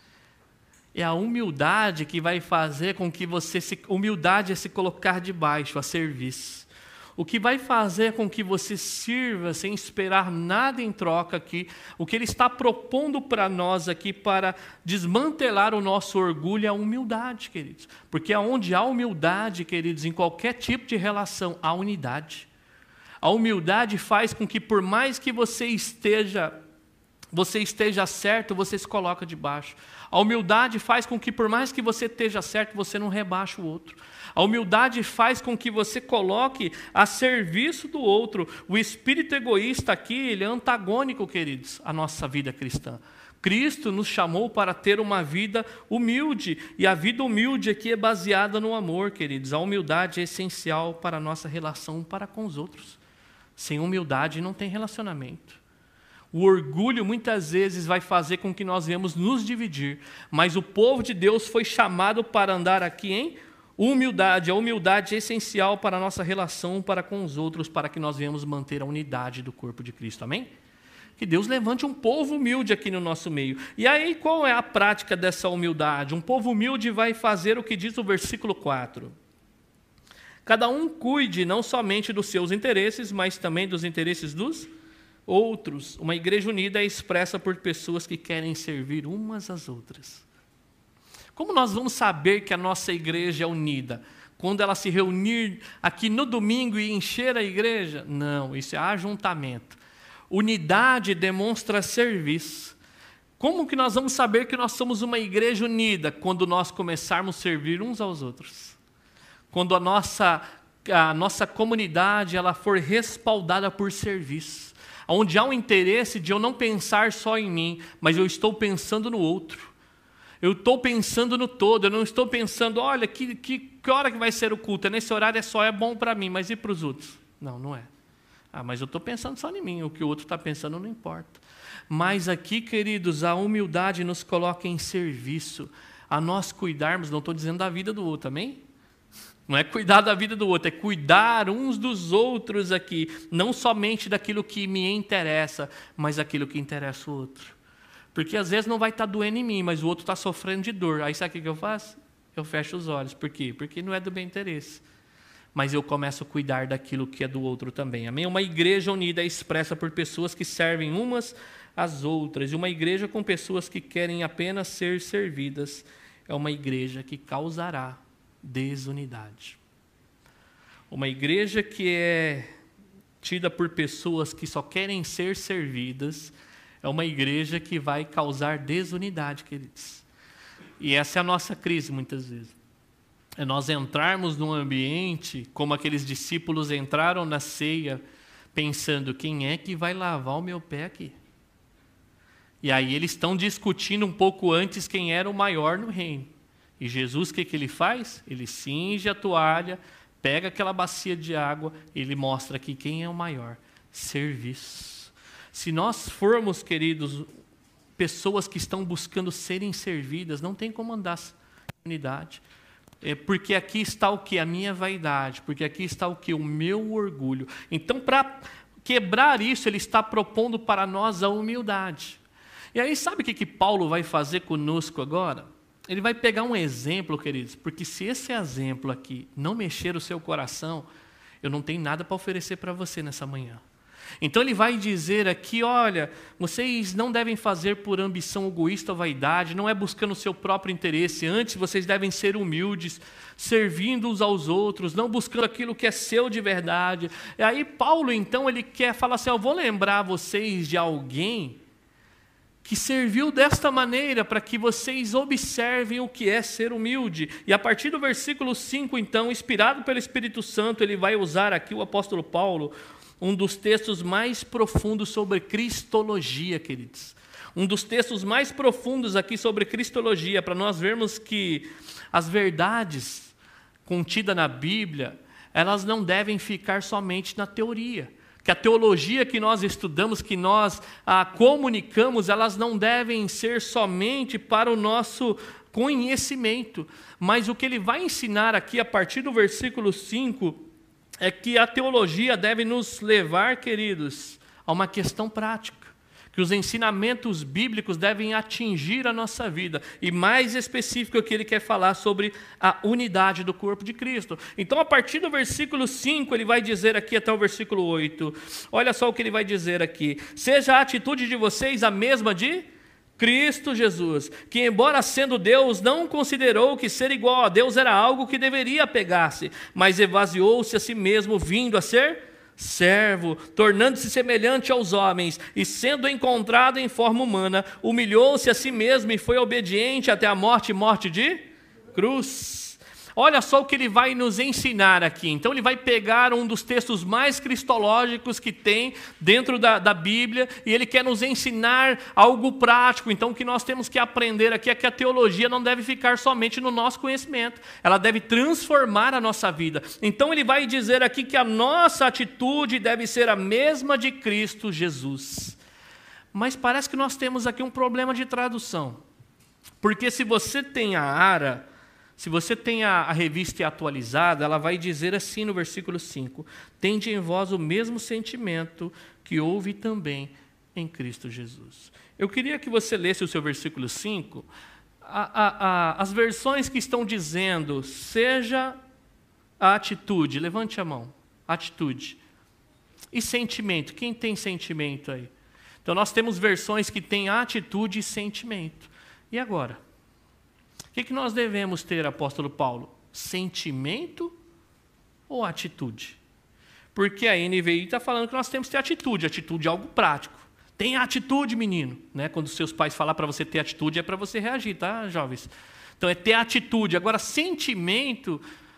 [SPEAKER 1] É a humildade que vai fazer com que você... Se, humildade é se colocar debaixo, a serviço. O que vai fazer com que você sirva sem esperar nada em troca aqui, o que ele está propondo para nós aqui para desmantelar o nosso orgulho é a humildade, queridos. Porque onde há humildade, queridos, em qualquer tipo de relação, há unidade. A humildade faz com que por mais que você esteja, você esteja certo, você se coloca debaixo. A humildade faz com que por mais que você esteja certo, você não rebaixe o outro. A humildade faz com que você coloque a serviço do outro. O espírito egoísta aqui, ele é antagônico, queridos, à nossa vida cristã. Cristo nos chamou para ter uma vida humilde, e a vida humilde aqui é baseada no amor, queridos. A humildade é essencial para a nossa relação para com os outros. Sem humildade não tem relacionamento. O orgulho muitas vezes vai fazer com que nós venhamos nos dividir, mas o povo de Deus foi chamado para andar aqui em humildade. A humildade é essencial para a nossa relação para com os outros, para que nós venhamos manter a unidade do corpo de Cristo, amém? Que Deus levante um povo humilde aqui no nosso meio. E aí, qual é a prática dessa humildade? Um povo humilde vai fazer o que diz o versículo quatro. Cada um cuide não somente dos seus interesses, mas também dos interesses dos outros. Uma igreja unida é expressa por pessoas que querem servir umas às outras. Como nós vamos saber que a nossa igreja é unida? Quando ela se reunir aqui no domingo e encher a igreja? Não, isso é ajuntamento. Unidade demonstra serviço. Como que nós vamos saber que nós somos uma igreja unida? Quando nós começarmos a servir uns aos outros. Quando a nossa, a nossa comunidade ela for respaldada por serviço. Onde há um interesse de eu não pensar só em mim, mas eu estou pensando no outro. Eu estou pensando no todo, eu não estou pensando, olha, que, que, que hora que vai ser o culto? Nesse horário é só, é bom para mim, mas e para os outros? Não, não é. Ah, mas eu estou pensando só em mim, o que o outro está pensando não importa. Mas aqui, queridos, a humildade nos coloca em serviço, a nós cuidarmos, não estou dizendo da vida do outro, amém? Não é cuidar da vida do outro, é cuidar uns dos outros aqui, não somente daquilo que me interessa, mas daquilo que interessa o outro. Porque às vezes não vai estar doendo em mim, mas o outro está sofrendo de dor. Aí sabe o que eu faço? Eu fecho os olhos. Por quê? Porque não é do meu interesse. Mas eu começo a cuidar daquilo que é do outro também. Amém? Uma igreja unida é expressa por pessoas que servem umas às outras. E uma igreja com pessoas que querem apenas ser servidas é uma igreja que causará desunidade. Uma igreja que é tida por pessoas que só querem ser servidas é uma igreja que vai causar desunidade, queridos. E essa é a nossa crise, muitas vezes. É nós entrarmos num ambiente, como aqueles discípulos entraram na ceia, pensando, quem é que vai lavar o meu pé aqui? E aí eles estão discutindo um pouco antes quem era o maior no reino. E Jesus, o que, que ele faz? Ele cinge a toalha, pega aquela bacia de água, ele mostra aqui quem é o maior. Serviço. Se nós formos, queridos, pessoas que estão buscando serem servidas, não tem como andar em unidade. É porque aqui está o que? A minha vaidade. Porque aqui está o que? O meu orgulho. Então, para quebrar isso, ele está propondo para nós a humildade. E aí, sabe o que, que Paulo vai fazer conosco agora? Ele vai pegar um exemplo, queridos, porque se esse exemplo aqui não mexer o seu coração, eu não tenho nada para oferecer para você nessa manhã. Então ele vai dizer aqui, olha, vocês não devem fazer por ambição egoísta ou vaidade, não é buscando o seu próprio interesse, antes vocês devem ser humildes, servindo uns aos outros, não buscando aquilo que é seu de verdade. E aí Paulo então ele quer falar assim, eu vou lembrar vocês de alguém que serviu desta maneira para que vocês observem o que é ser humilde. E a partir do versículo cinco então, inspirado pelo Espírito Santo, ele vai usar aqui o apóstolo Paulo, um dos textos mais profundos sobre cristologia, queridos. Um dos textos mais profundos aqui sobre cristologia, para nós vermos que as verdades contidas na Bíblia, elas não devem ficar somente na teoria. Que a teologia que nós estudamos, que nós ah, comunicamos, elas não devem ser somente para o nosso conhecimento. Mas o que ele vai ensinar aqui, a partir do versículo cinco, é que a teologia deve nos levar, queridos, a uma questão prática. Que os ensinamentos bíblicos devem atingir a nossa vida. E mais específico, que ele quer falar sobre a unidade do corpo de Cristo. Então, a partir do versículo cinco, ele vai dizer aqui até o versículo oito. Olha só o que ele vai dizer aqui. Seja a atitude de vocês a mesma de Cristo Jesus, que embora sendo Deus, não considerou que ser igual a Deus era algo que deveria apegar-se, mas esvaziou-se a si mesmo, vindo a ser servo, tornando-se semelhante aos homens, e sendo encontrado em forma humana, humilhou-se a si mesmo e foi obediente até a morte, morte de cruz. Olha só o que ele vai nos ensinar aqui. Então ele vai pegar um dos textos mais cristológicos que tem dentro da, da Bíblia, e ele quer nos ensinar algo prático. Então o que nós temos que aprender aqui é que a teologia não deve ficar somente no nosso conhecimento, ela deve transformar a nossa vida. Então ele vai dizer aqui que a nossa atitude deve ser a mesma de Cristo Jesus. Mas parece que nós temos aqui um problema de tradução, porque se você tem a Ara, se você tem a, a revista atualizada, ela vai dizer assim no versículo cinco: tende em vós o mesmo sentimento que houve também em Cristo Jesus. Eu queria que você lesse o seu versículo cinco, a, a, a, as versões que estão dizendo, seja a atitude, levante a mão, atitude, e sentimento, quem tem sentimento aí? Então nós temos versões que têm atitude e sentimento. E agora? O que, que nós devemos ter, apóstolo Paulo? Sentimento ou atitude? Porque a N V I está falando que nós temos que ter atitude, atitude é algo prático. Tenha atitude, menino. Né? Quando os seus pais falar para você ter atitude, é para você reagir, tá, jovens? Então é ter atitude. Agora, sentimento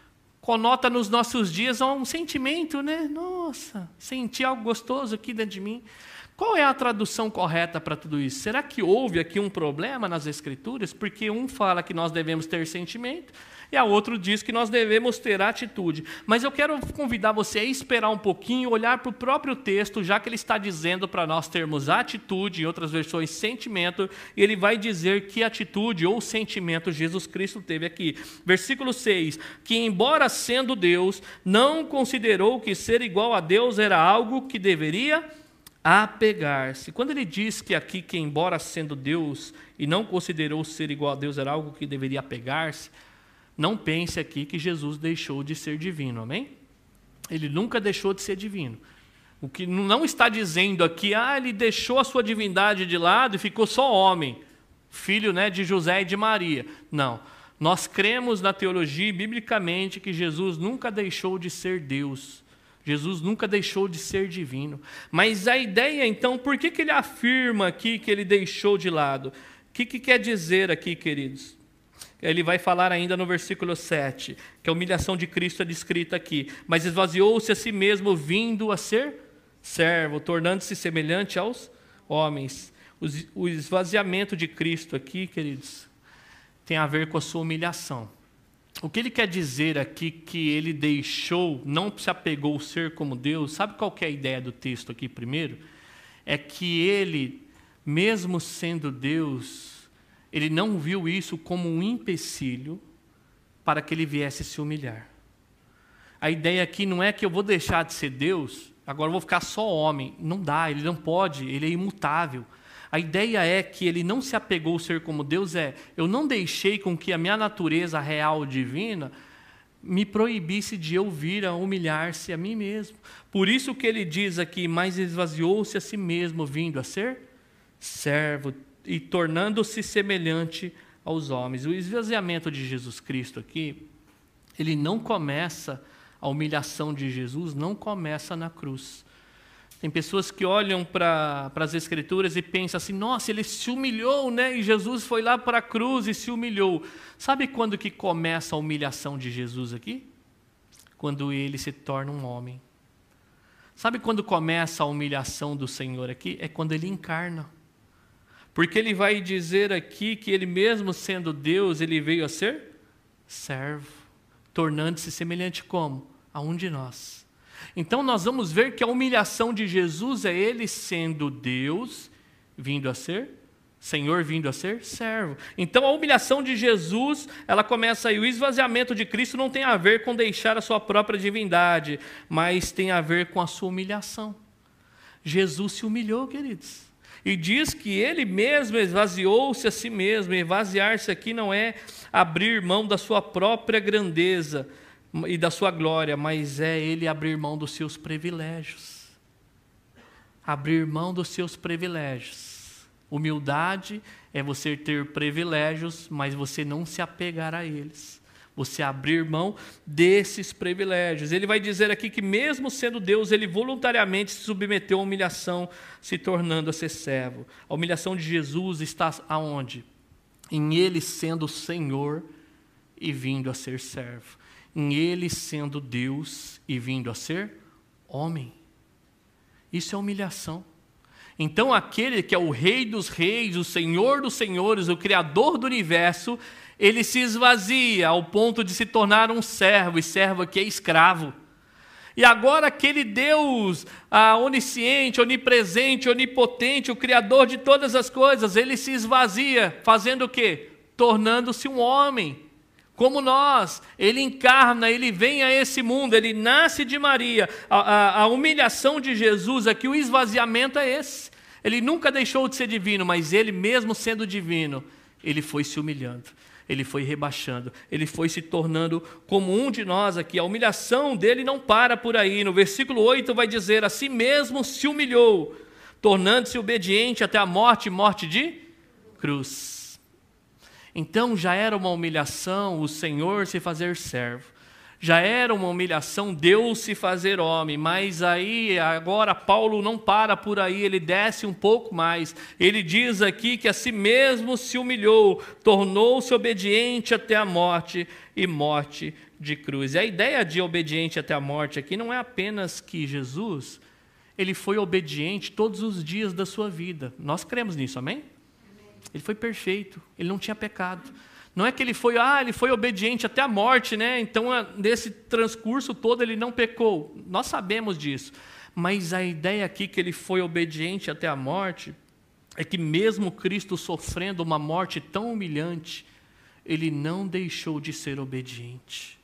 [SPEAKER 1] conota nos nossos dias um sentimento, né? Nossa, senti algo gostoso aqui dentro de mim. Qual é a tradução correta para tudo isso? Será que houve aqui um problema nas Escrituras? Porque um fala que nós devemos ter sentimento e a outro diz que nós devemos ter atitude. Mas eu quero convidar você a esperar um pouquinho, olhar para o próprio texto, já que ele está dizendo para nós termos atitude, em outras versões sentimento, e ele vai dizer que atitude ou sentimento Jesus Cristo teve aqui. Versículo seis, que embora sendo Deus, não considerou que ser igual a Deus era algo que deveria apegar-se. Quando ele diz que aqui, que embora sendo Deus e não considerou ser igual a Deus era algo que deveria apegar-se, não pense aqui que Jesus deixou de ser divino, amém? Ele nunca deixou de ser divino. O que não está dizendo aqui, ah, ele deixou a sua divindade de lado e ficou só homem, filho, né, de José e de Maria. Não. Nós cremos na teologia biblicamente que Jesus nunca deixou de ser Deus. Jesus nunca deixou de ser divino. Mas a ideia, então, por que, que ele afirma aqui que ele deixou de lado? O que, que quer dizer aqui, queridos? Ele vai falar ainda no versículo sete, que a humilhação de Cristo é descrita aqui. Mas esvaziou-se a si mesmo, vindo a ser servo, tornando-se semelhante aos homens. O esvaziamento de Cristo aqui, queridos, tem a ver com a sua humilhação. O que ele quer dizer aqui que ele deixou, não se apegou ao ser como Deus, sabe qual que é a ideia do texto aqui primeiro? É que ele, mesmo sendo Deus, ele não viu isso como um empecilho para que ele viesse se humilhar. A ideia aqui não é que eu vou deixar de ser Deus, agora eu vou ficar só homem. Não dá, ele não pode, ele é imutável. A ideia é que ele não se apegou ao ser como Deus, é, eu não deixei com que a minha natureza real divina me proibisse de eu vir a humilhar-se a mim mesmo. Por isso que ele diz aqui, mas esvaziou-se a si mesmo, vindo a ser servo e tornando-se semelhante aos homens. O esvaziamento de Jesus Cristo aqui, ele não começa, a humilhação de Jesus não começa na cruz. Tem pessoas que olham para as Escrituras e pensam assim, nossa, ele se humilhou, né? E Jesus foi lá para a cruz e se humilhou. Sabe quando que começa a humilhação de Jesus aqui? Quando ele se torna um homem. Sabe quando começa a humilhação do Senhor aqui? É quando ele encarna. Porque ele vai dizer aqui que ele mesmo sendo Deus, ele veio a ser servo, tornando-se semelhante como? A um de nós. Então nós vamos ver que a humilhação de Jesus é ele sendo Deus, vindo a ser Senhor, vindo a ser servo. Então a humilhação de Jesus, ela começa aí. O esvaziamento de Cristo não tem a ver com deixar a sua própria divindade, mas tem a ver com a sua humilhação. Jesus se humilhou, queridos. E diz que ele mesmo esvaziou-se a si mesmo. Esvaziar-se aqui não é abrir mão da sua própria grandeza e da sua glória, mas é ele abrir mão dos seus privilégios. Abrir mão dos seus privilégios. Humildade é você ter privilégios, mas você não se apegar a eles. Você abrir mão desses privilégios. Ele vai dizer aqui que mesmo sendo Deus, ele voluntariamente se submeteu à humilhação, se tornando a ser servo. A humilhação de Jesus está aonde? Em ele sendo Senhor e vindo a ser servo. Em ele sendo Deus e vindo a ser homem. Isso é humilhação. Então aquele que é o Rei dos Reis, o Senhor dos Senhores, o Criador do Universo, ele se esvazia ao ponto de se tornar um servo, e servo aqui é escravo. E agora aquele Deus ah, onisciente, onipresente, onipotente, o Criador de todas as coisas, ele se esvazia, fazendo o quê? Tornando-se um homem, como nós. Ele encarna, ele vem a esse mundo, ele nasce de Maria. A, a, a humilhação de Jesus aqui, o esvaziamento é esse. Ele nunca deixou de ser divino, mas ele mesmo sendo divino, ele foi se humilhando, ele foi rebaixando, ele foi se tornando como um de nós aqui. A humilhação dele não para por aí. No versículo oito vai dizer, a si mesmo se humilhou, tornando-se obediente até a morte, morte de cruz. Então já era uma humilhação o Senhor se fazer servo. Já era uma humilhação Deus se fazer homem, mas aí agora Paulo não para por aí, ele desce um pouco mais. Ele diz aqui que a si mesmo se humilhou, tornou-se obediente até a morte e morte de cruz. E a ideia de obediente até a morte aqui não é apenas que Jesus, ele foi obediente todos os dias da sua vida. Nós cremos nisso, amém? Ele foi perfeito, ele não tinha pecado. Não é que ele foi, ah, ele foi obediente até a morte, né? Então, nesse transcurso todo, ele não pecou. Nós sabemos disso. Mas a ideia aqui que ele foi obediente até a morte é que mesmo Cristo sofrendo uma morte tão humilhante, ele não deixou de ser obediente.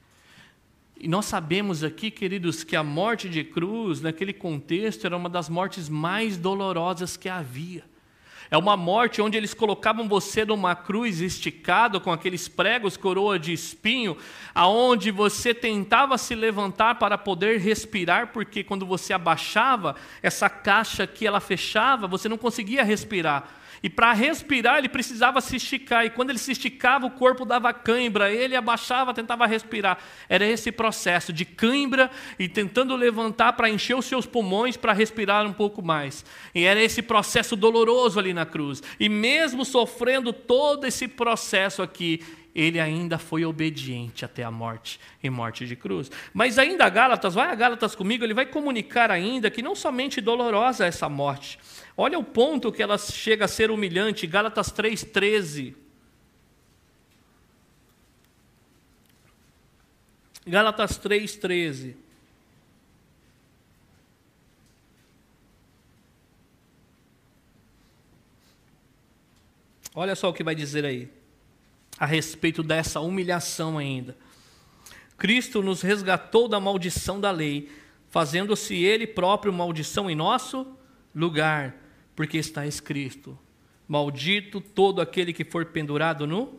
[SPEAKER 1] E nós sabemos aqui, queridos, que a morte de cruz, naquele contexto, era uma das mortes mais dolorosas que havia. É uma morte onde eles colocavam você numa cruz esticado, com aqueles pregos, coroa de espinho, aonde você tentava se levantar para poder respirar, porque quando você abaixava, essa caixa aqui ela fechava, você não conseguia respirar. E para respirar ele precisava se esticar, e quando ele se esticava o corpo dava cãibra, ele abaixava, tentava respirar. Era esse processo de cãibra e tentando levantar para encher os seus pulmões para respirar um pouco mais. E era esse processo doloroso ali na cruz. E mesmo sofrendo todo esse processo aqui, ele ainda foi obediente até a morte, e morte de cruz. Mas ainda Gálatas, vai a Gálatas comigo, ele vai comunicar ainda que não somente dolorosa essa morte. Olha o ponto que ela chega a ser humilhante, Gálatas três, treze. Gálatas três, treze. Olha só o que vai dizer aí, a respeito dessa humilhação ainda. Cristo nos resgatou da maldição da lei, fazendo-se Ele próprio maldição em nosso lugar, porque está escrito, maldito todo aquele que for pendurado no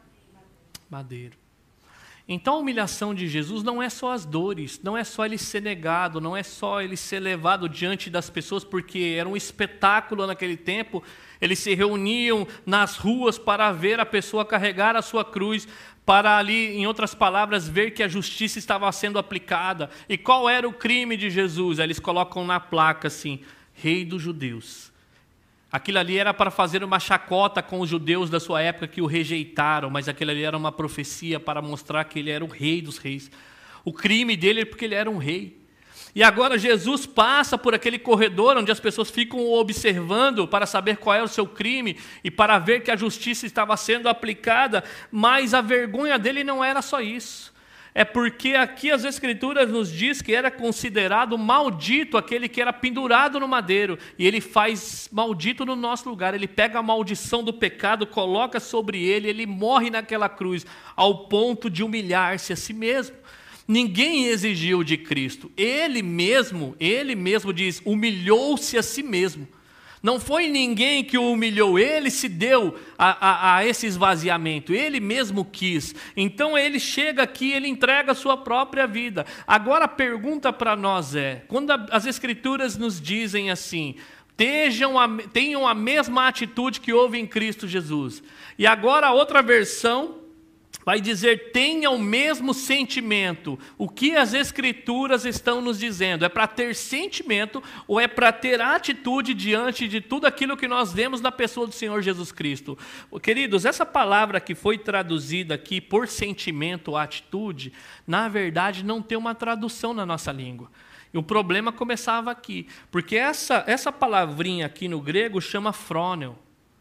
[SPEAKER 1] madeiro. Então a humilhação de Jesus não é só as dores, não é só ele ser negado, não é só ele ser levado diante das pessoas, porque era um espetáculo naquele tempo. Eles se reuniam nas ruas para ver a pessoa carregar a sua cruz, para ali, em outras palavras, ver que a justiça estava sendo aplicada. E qual era o crime de Jesus? Eles colocam na placa assim, Rei dos Judeus. Aquilo ali era para fazer uma chacota com os judeus da sua época que o rejeitaram, mas aquilo ali era uma profecia para mostrar que ele era o rei dos reis. O crime dele é porque ele era um rei. E agora Jesus passa por aquele corredor onde as pessoas ficam observando para saber qual é o seu crime e para ver que a justiça estava sendo aplicada, mas a vergonha dele não era só isso. É porque aqui as Escrituras nos diz que era considerado maldito aquele que era pendurado no madeiro. E ele faz maldito no nosso lugar. Ele pega a maldição do pecado, coloca sobre ele, ele morre naquela cruz, ao ponto de humilhar-se a si mesmo. Ninguém exigiu de Cristo. Ele mesmo, ele mesmo diz, humilhou-se a si mesmo. Não foi ninguém que o humilhou, ele se deu a, a, a esse esvaziamento, ele mesmo quis. Então ele chega aqui, ele entrega a sua própria vida. Agora a pergunta para nós é, quando a, as Escrituras nos dizem assim, tenham a, tenham a mesma atitude que houve em Cristo Jesus. E agora a outra versão vai dizer, tenha o mesmo sentimento. O que as Escrituras estão nos dizendo? É para ter sentimento ou é para ter atitude diante de tudo aquilo que nós vemos na pessoa do Senhor Jesus Cristo? Queridos, essa palavra que foi traduzida aqui por sentimento ou atitude, na verdade não tem uma tradução na nossa língua. E o problema começava aqui, porque essa, essa palavrinha aqui no grego chama fróneo.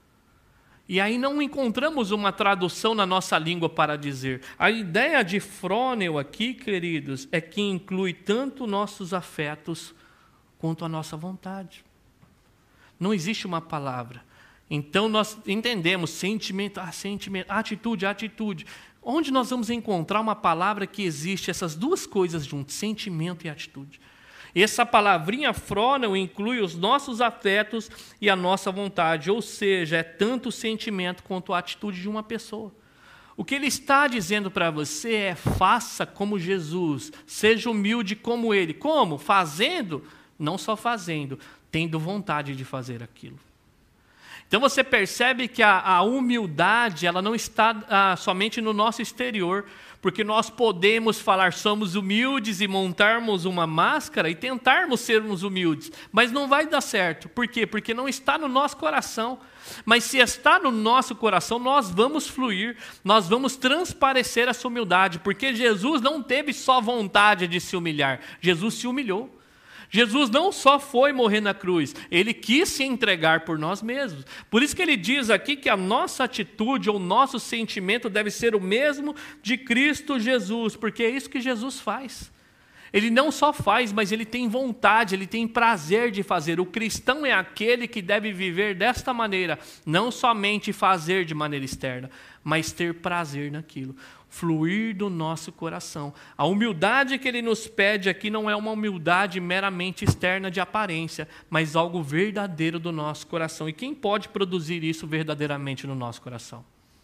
[SPEAKER 1] E aí não encontramos uma tradução na nossa língua para dizer. A ideia de frôneo aqui, queridos, é que inclui tanto nossos afetos quanto a nossa vontade. Não existe uma palavra. Então nós entendemos sentimento, ah, sentimento, atitude, atitude. Onde nós vamos encontrar uma palavra que existe essas duas coisas juntas, sentimento e atitude? Essa palavrinha frôneo inclui os nossos afetos e a nossa vontade, ou seja, é tanto o sentimento quanto a atitude de uma pessoa. O que ele está dizendo para você é: faça como Jesus, seja humilde como ele. Como? Fazendo, não só fazendo, tendo vontade de fazer aquilo. Então você percebe que a, a humildade, ela não está ah, somente no nosso exterior, porque nós podemos falar somos humildes e montarmos uma máscara e tentarmos sermos humildes, mas não vai dar certo. Por quê? Porque não está no nosso coração. Mas se está no nosso coração, nós vamos fluir, nós vamos transparecer essa humildade, porque Jesus não teve só vontade de se humilhar, Jesus se humilhou. Jesus não só foi morrer na cruz, ele quis se entregar por nós mesmos. Por isso que ele diz aqui que a nossa atitude ou nosso sentimento deve ser o mesmo de Cristo Jesus, porque é isso que Jesus faz. Ele não só faz, mas ele tem vontade, ele tem prazer de fazer. O cristão é aquele que deve viver desta maneira, não somente fazer de maneira externa, mas ter prazer naquilo, fluir do nosso coração. A humildade que ele nos pede aqui não é uma humildade meramente externa de aparência, mas algo verdadeiro do nosso coração. E quem pode produzir isso verdadeiramente no nosso coração?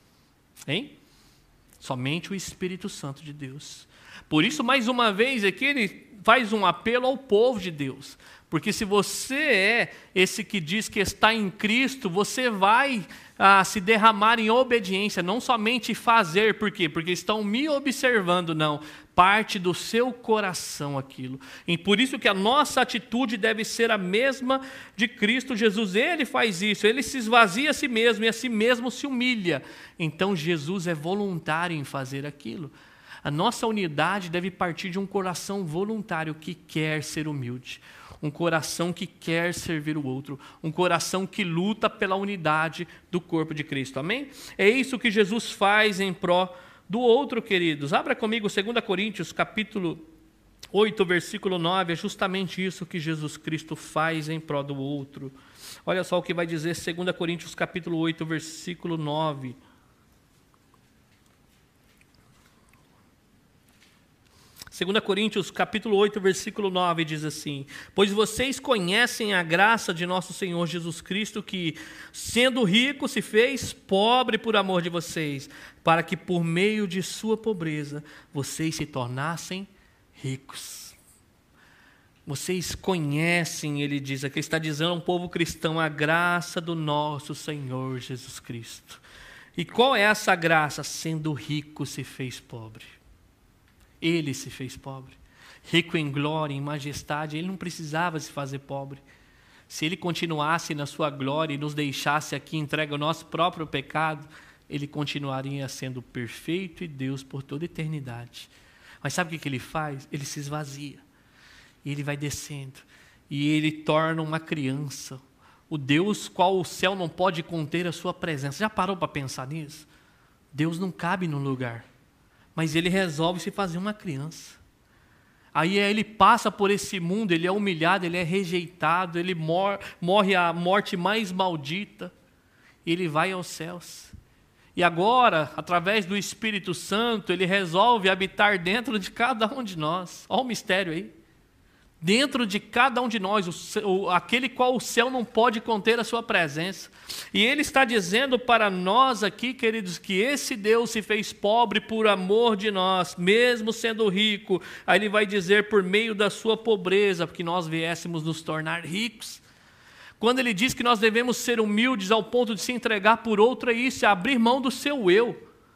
[SPEAKER 1] Hein? Somente o Espírito Santo de Deus. Por isso, mais uma vez, aqui ele faz um apelo ao povo de Deus. Porque se você é esse que diz que está em Cristo, você vai ah, se derramar em obediência, não somente fazer. Por quê? Porque estão me observando, não. Parte do seu coração aquilo. E por isso que a nossa atitude deve ser a mesma de Cristo Jesus. Ele faz isso, ele se esvazia a si mesmo e a si mesmo se humilha. Então Jesus é voluntário em fazer aquilo. A nossa unidade deve partir de um coração voluntário que quer ser humilde, um coração que quer servir o outro, um coração que luta pela unidade do corpo de Cristo. Amém? É isso que Jesus faz em pró do outro, queridos. Abra comigo dois Coríntios, capítulo oito, versículo nove. É justamente isso que Jesus Cristo faz em pró do outro. Olha só o que vai dizer dois Coríntios, capítulo oito, versículo nove. dois Coríntios, capítulo oito, versículo nove, diz assim: pois vocês conhecem a graça de nosso Senhor Jesus Cristo, que, sendo rico, se fez pobre por amor de vocês, para que por meio de sua pobreza vocês se tornassem ricos. Vocês conhecem, ele diz aqui, está dizendo a um povo cristão, a graça do nosso Senhor Jesus Cristo. E qual é essa graça? Sendo rico, se fez pobre. Ele se fez pobre, rico em glória, em majestade. Ele não precisava se fazer pobre. Se ele continuasse na sua glória e nos deixasse aqui entregue ao nosso próprio pecado, ele continuaria sendo perfeito e Deus por toda a eternidade. Mas sabe o que ele faz? Ele se esvazia, e ele vai descendo, e ele torna uma criança, o Deus qual o céu não pode conter a sua presença. Já parou para pensar nisso? Deus não cabe num lugar, mas ele resolve se fazer uma criança. Aí ele passa por esse mundo, ele é humilhado, ele é rejeitado, ele mor- morre a morte mais maldita, e ele vai aos céus. E agora, através do Espírito Santo, ele resolve habitar dentro de cada um de nós. Olha o mistério aí. Dentro de cada um de nós, o céu, aquele qual o céu não pode conter a sua presença. E ele está dizendo para nós aqui, queridos, que esse Deus se fez pobre por amor de nós, mesmo sendo rico. Aí ele vai dizer por meio da sua pobreza, porque nós viéssemos nos tornar ricos. Quando ele diz que nós devemos ser humildes ao ponto de se entregar por outro, é isso, é abrir mão do seu eu,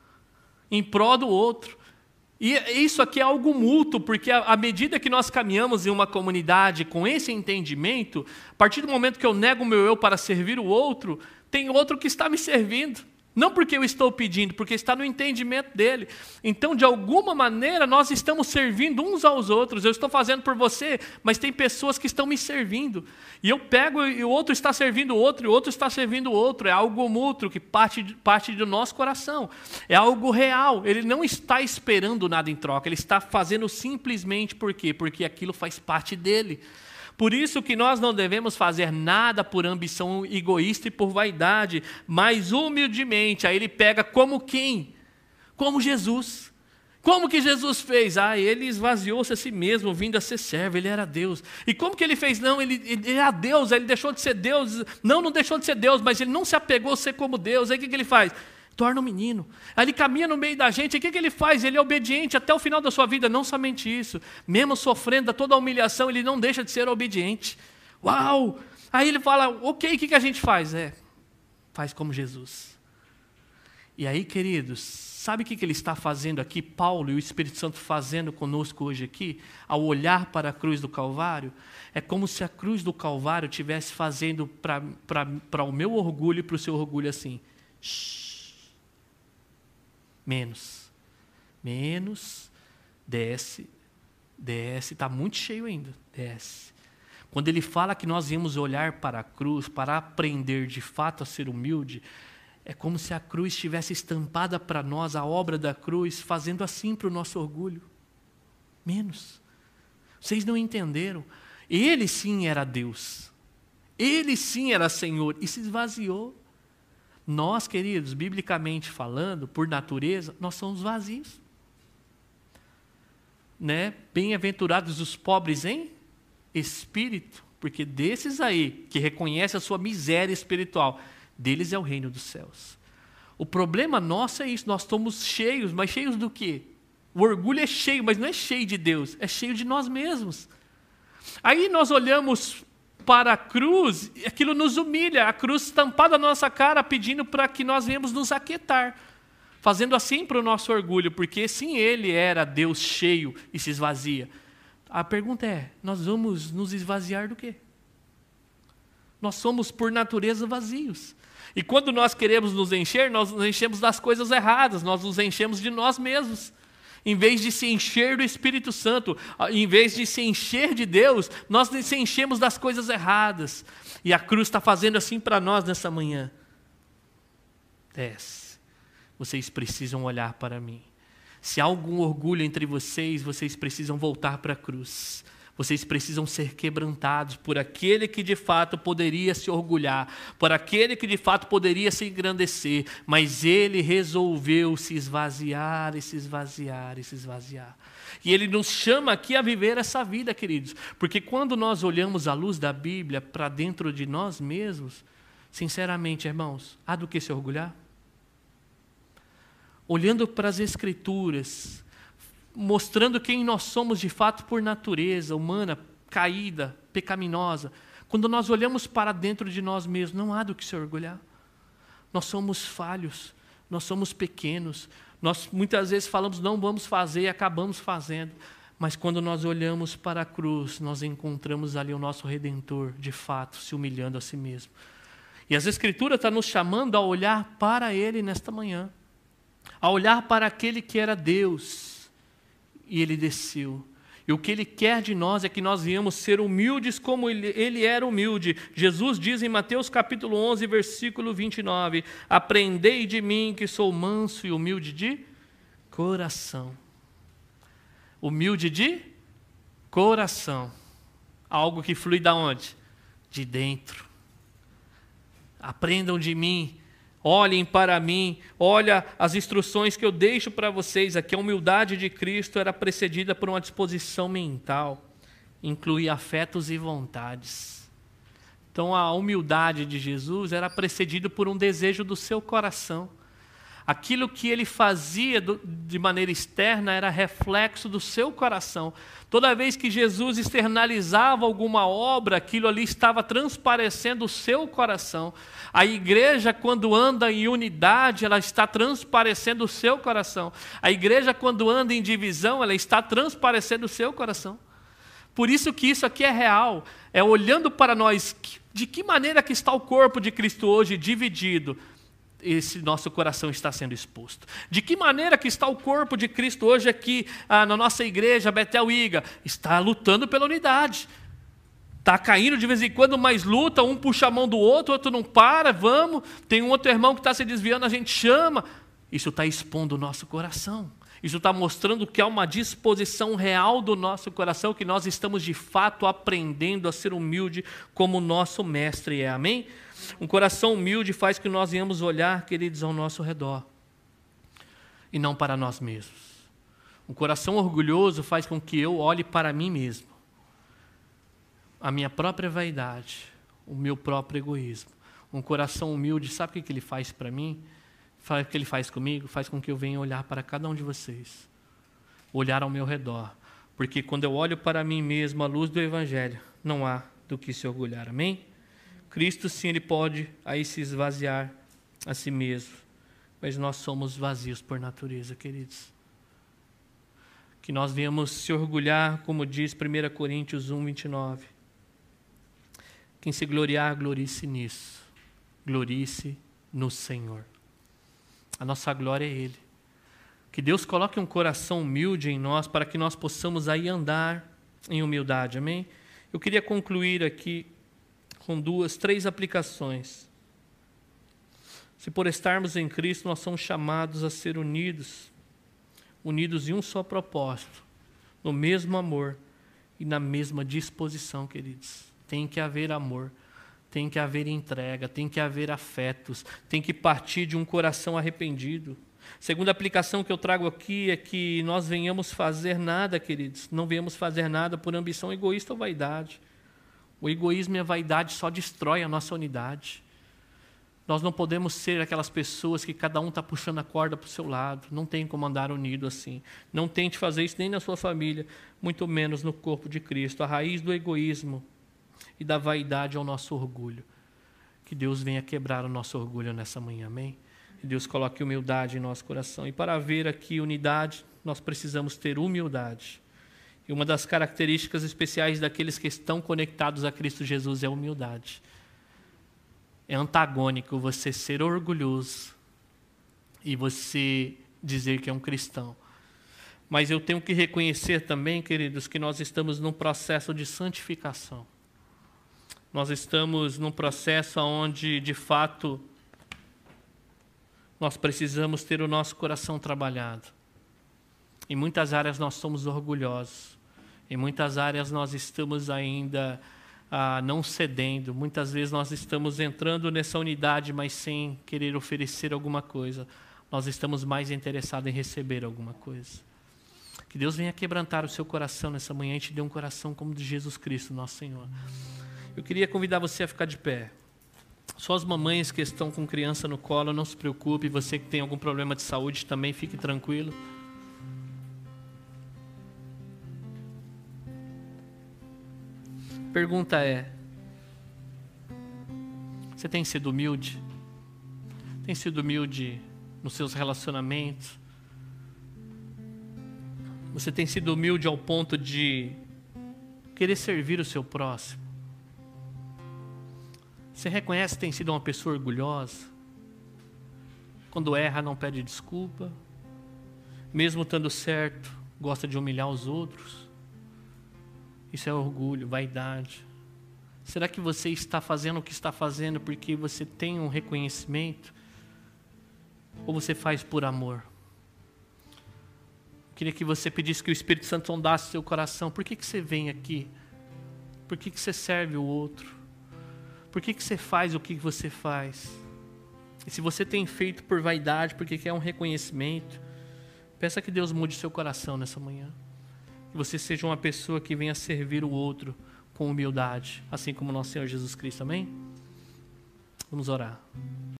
[SPEAKER 1] em prol do outro. E isso aqui é algo mútuo, porque à medida que nós caminhamos em uma comunidade com esse entendimento, a partir do momento que eu nego o meu eu para servir o outro, tem outro que está me servindo. Não porque eu estou pedindo, porque está no entendimento dele. Então, de alguma maneira, nós estamos servindo uns aos outros. Eu estou fazendo por você, mas tem pessoas que estão me servindo. E eu pego e o outro está servindo o outro, e o outro está servindo o outro. É algo mútuo que parte, parte do nosso coração. É algo real. Ele não está esperando nada em troca. Ele está fazendo simplesmente por quê? Porque aquilo faz parte dele. Por isso que nós não devemos fazer nada por ambição egoísta e por vaidade, mas humildemente. Aí ele pega como quem? Como Jesus, Como que Jesus fez? Ah, ele esvaziou-se a si mesmo, vindo a ser servo, ele era Deus. E como que ele fez? Não, ele, ele era Deus, ele deixou de ser Deus. Não, não deixou de ser Deus, mas ele não se apegou a ser como Deus. Aí o que, que ele faz? Torna um menino. Aí ele caminha no meio da gente. E o que, que ele faz? Ele é obediente até o final da sua vida. Não somente isso. Mesmo sofrendo toda a humilhação, ele não deixa de ser obediente. Uau! Aí ele fala, ok, o que, que a gente faz? É, faz como Jesus. E aí, queridos, sabe o que, que ele está fazendo aqui? Paulo e o Espírito Santo fazendo conosco hoje aqui? Ao olhar para a cruz do Calvário, é como se a cruz do Calvário estivesse fazendo para o meu orgulho e para o seu orgulho assim. Shhh. Menos, menos, desce, desce, está muito cheio ainda, desce. Quando ele fala que nós íamos olhar para a cruz, para aprender de fato a ser humilde, é como se a cruz estivesse estampada para nós, a obra da cruz, fazendo assim para o nosso orgulho. Menos. Vocês não entenderam. Ele sim era Deus. Ele sim era Senhor e se esvaziou. Nós, queridos, biblicamente falando, por natureza, nós somos vazios. Né? Bem-aventurados os pobres em espírito, porque desses aí, que reconhecem a sua miséria espiritual, deles é o reino dos céus. O problema nosso é isso, nós estamos cheios, mas cheios do quê? O orgulho é cheio, mas não é cheio de Deus, é cheio de nós mesmos. Aí nós olhamos para a cruz, aquilo nos humilha, a cruz estampada na nossa cara, pedindo para que nós venhamos nos aquietar, fazendo assim para o nosso orgulho, porque sim, ele era Deus cheio e se esvazia. A pergunta é, nós vamos nos esvaziar do quê? Nós somos por natureza vazios. E quando nós queremos nos encher, nós nos enchemos das coisas erradas, nós nos enchemos de nós mesmos. Em vez de se encher do Espírito Santo, em vez de se encher de Deus, nós nos enchemos das coisas erradas. E a cruz está fazendo assim para nós nessa manhã. Desce. Vocês precisam olhar para mim. Se há algum orgulho entre vocês, vocês precisam voltar para a cruz. Vocês precisam ser quebrantados por aquele que de fato poderia se orgulhar, por aquele que de fato poderia se engrandecer, mas ele resolveu se esvaziar, e se esvaziar, e se esvaziar. E ele nos chama aqui a viver essa vida, queridos, porque quando nós olhamos à luz da Bíblia para dentro de nós mesmos, sinceramente, irmãos, há do que se orgulhar? Olhando para as Escrituras, mostrando quem nós somos de fato por natureza humana, caída, pecaminosa. Quando nós olhamos para dentro de nós mesmos, não há do que se orgulhar. Nós somos falhos, nós somos pequenos, nós muitas vezes falamos não vamos fazer e acabamos fazendo. Mas quando nós olhamos para a cruz, nós encontramos ali o nosso Redentor, de fato, se humilhando a si mesmo. E as Escrituras estão nos chamando a olhar para Ele nesta manhã, a olhar para aquele que era Deus, e Ele desceu. E o que Ele quer de nós é que nós venhamos ser humildes como Ele, ele era humilde. Jesus diz em Mateus capítulo onze, versículo vinte e nove, aprendei de mim que sou manso e humilde de coração. Humilde de coração. Algo que flui da onde? De dentro. Aprendam de mim. Olhem para mim, olha as instruções que eu deixo para vocês aqui. A humildade de Cristo era precedida por uma disposição mental, incluía afetos e vontades. Então a humildade de Jesus era precedida por um desejo do seu coração. Aquilo que ele fazia do, de maneira externa era reflexo do seu coração. Toda vez que Jesus externalizava alguma obra, aquilo ali estava transparecendo o seu coração. A igreja, quando anda em unidade, ela está transparecendo o seu coração. A igreja, quando anda em divisão, ela está transparecendo o seu coração. Por isso que isso aqui é real. É olhando para nós, de que maneira que está o corpo de Cristo hoje dividido, esse nosso coração está sendo exposto. De que maneira que está o corpo de Cristo hoje aqui ah, na nossa igreja, Betel Iga? Está lutando pela unidade. Está caindo de vez em quando, mas luta, um puxa a mão do outro, o outro não para, vamos. Tem um outro irmão que está se desviando, a gente chama. Isso está expondo o nosso coração. Isso está mostrando que há uma disposição real do nosso coração, que nós estamos de fato aprendendo a ser humilde como o nosso mestre é. Amém? Um coração humilde faz que nós venhamos olhar, queridos, ao nosso redor e não para nós mesmos. Um coração orgulhoso faz com que eu olhe para mim mesmo, a minha própria vaidade, o meu próprio egoísmo. Um coração humilde, sabe o que ele faz para mim? Sabe o que ele faz comigo? Faz com que eu venha olhar para cada um de vocês, olhar ao meu redor. Porque quando eu olho para mim mesmo, à luz do Evangelho, não há do que se orgulhar. Amém? Cristo, sim, Ele pode aí se esvaziar a si mesmo. Mas nós somos vazios por natureza, queridos. Que nós venhamos se orgulhar, como diz primeira Coríntios um, vinte e nove. Quem se gloriar, glorie-se nisso. Glorie-se no Senhor. A nossa glória é Ele. Que Deus coloque um coração humilde em nós para que nós possamos aí andar em humildade. Amém? Eu queria concluir aqui com duas, três aplicações. Se por estarmos em Cristo, nós somos chamados a ser unidos, unidos em um só propósito, no mesmo amor e na mesma disposição, queridos. Tem que haver amor, tem que haver entrega, tem que haver afetos, tem que partir de um coração arrependido. Segunda aplicação que eu trago aqui é que nós venhamos fazer nada, queridos, não venhamos fazer nada por ambição egoísta ou vaidade. O egoísmo e a vaidade só destrói a nossa unidade. Nós não podemos ser aquelas pessoas que cada um está puxando a corda para o seu lado. Não tem como andar unido assim. Não tente fazer isso nem na sua família, muito menos no corpo de Cristo. A raiz do egoísmo e da vaidade é o nosso orgulho. Que Deus venha quebrar o nosso orgulho nessa manhã, amém? Que Deus coloque humildade em nosso coração. E para haver aqui unidade, nós precisamos ter humildade. E uma das características especiais daqueles que estão conectados a Cristo Jesus é a humildade. É antagônico você ser orgulhoso e você dizer que é um cristão. Mas eu tenho que reconhecer também, queridos, que nós estamos num processo de santificação. Nós estamos num processo onde, de fato, nós precisamos ter o nosso coração trabalhado. Em muitas áreas nós somos orgulhosos. Em muitas áreas nós estamos ainda ah, não cedendo. Muitas vezes nós estamos entrando nessa unidade, mas sem querer oferecer alguma coisa. Nós estamos mais interessados em receber alguma coisa. Que Deus venha quebrantar o seu coração nessa manhã e te dê um coração como o de Jesus Cristo, nosso Senhor. Eu queria convidar você a ficar de pé. Só as mamães que estão com criança no colo, não se preocupe. Você que tem algum problema de saúde também, fique tranquilo. Pergunta é: você tem sido humilde? Tem sido humilde nos seus relacionamentos? Você tem sido humilde ao ponto de querer servir o seu próximo? Você reconhece que tem sido uma pessoa orgulhosa? Quando erra, não pede desculpa? Mesmo estando certo, gosta de humilhar os outros? Isso é orgulho, vaidade. Será que você está fazendo o que está fazendo porque você tem um reconhecimento? Ou você faz por amor? Eu queria que você pedisse que o Espírito Santo sondasse seu coração. Por que que você vem aqui? Por que que você serve o outro? Por que que você faz o que você faz? E se você tem feito por vaidade, porque quer um reconhecimento, peça que Deus mude seu coração nessa manhã. Que você seja uma pessoa que venha servir o outro com humildade, assim como nosso Senhor Jesus Cristo, amém? Vamos orar.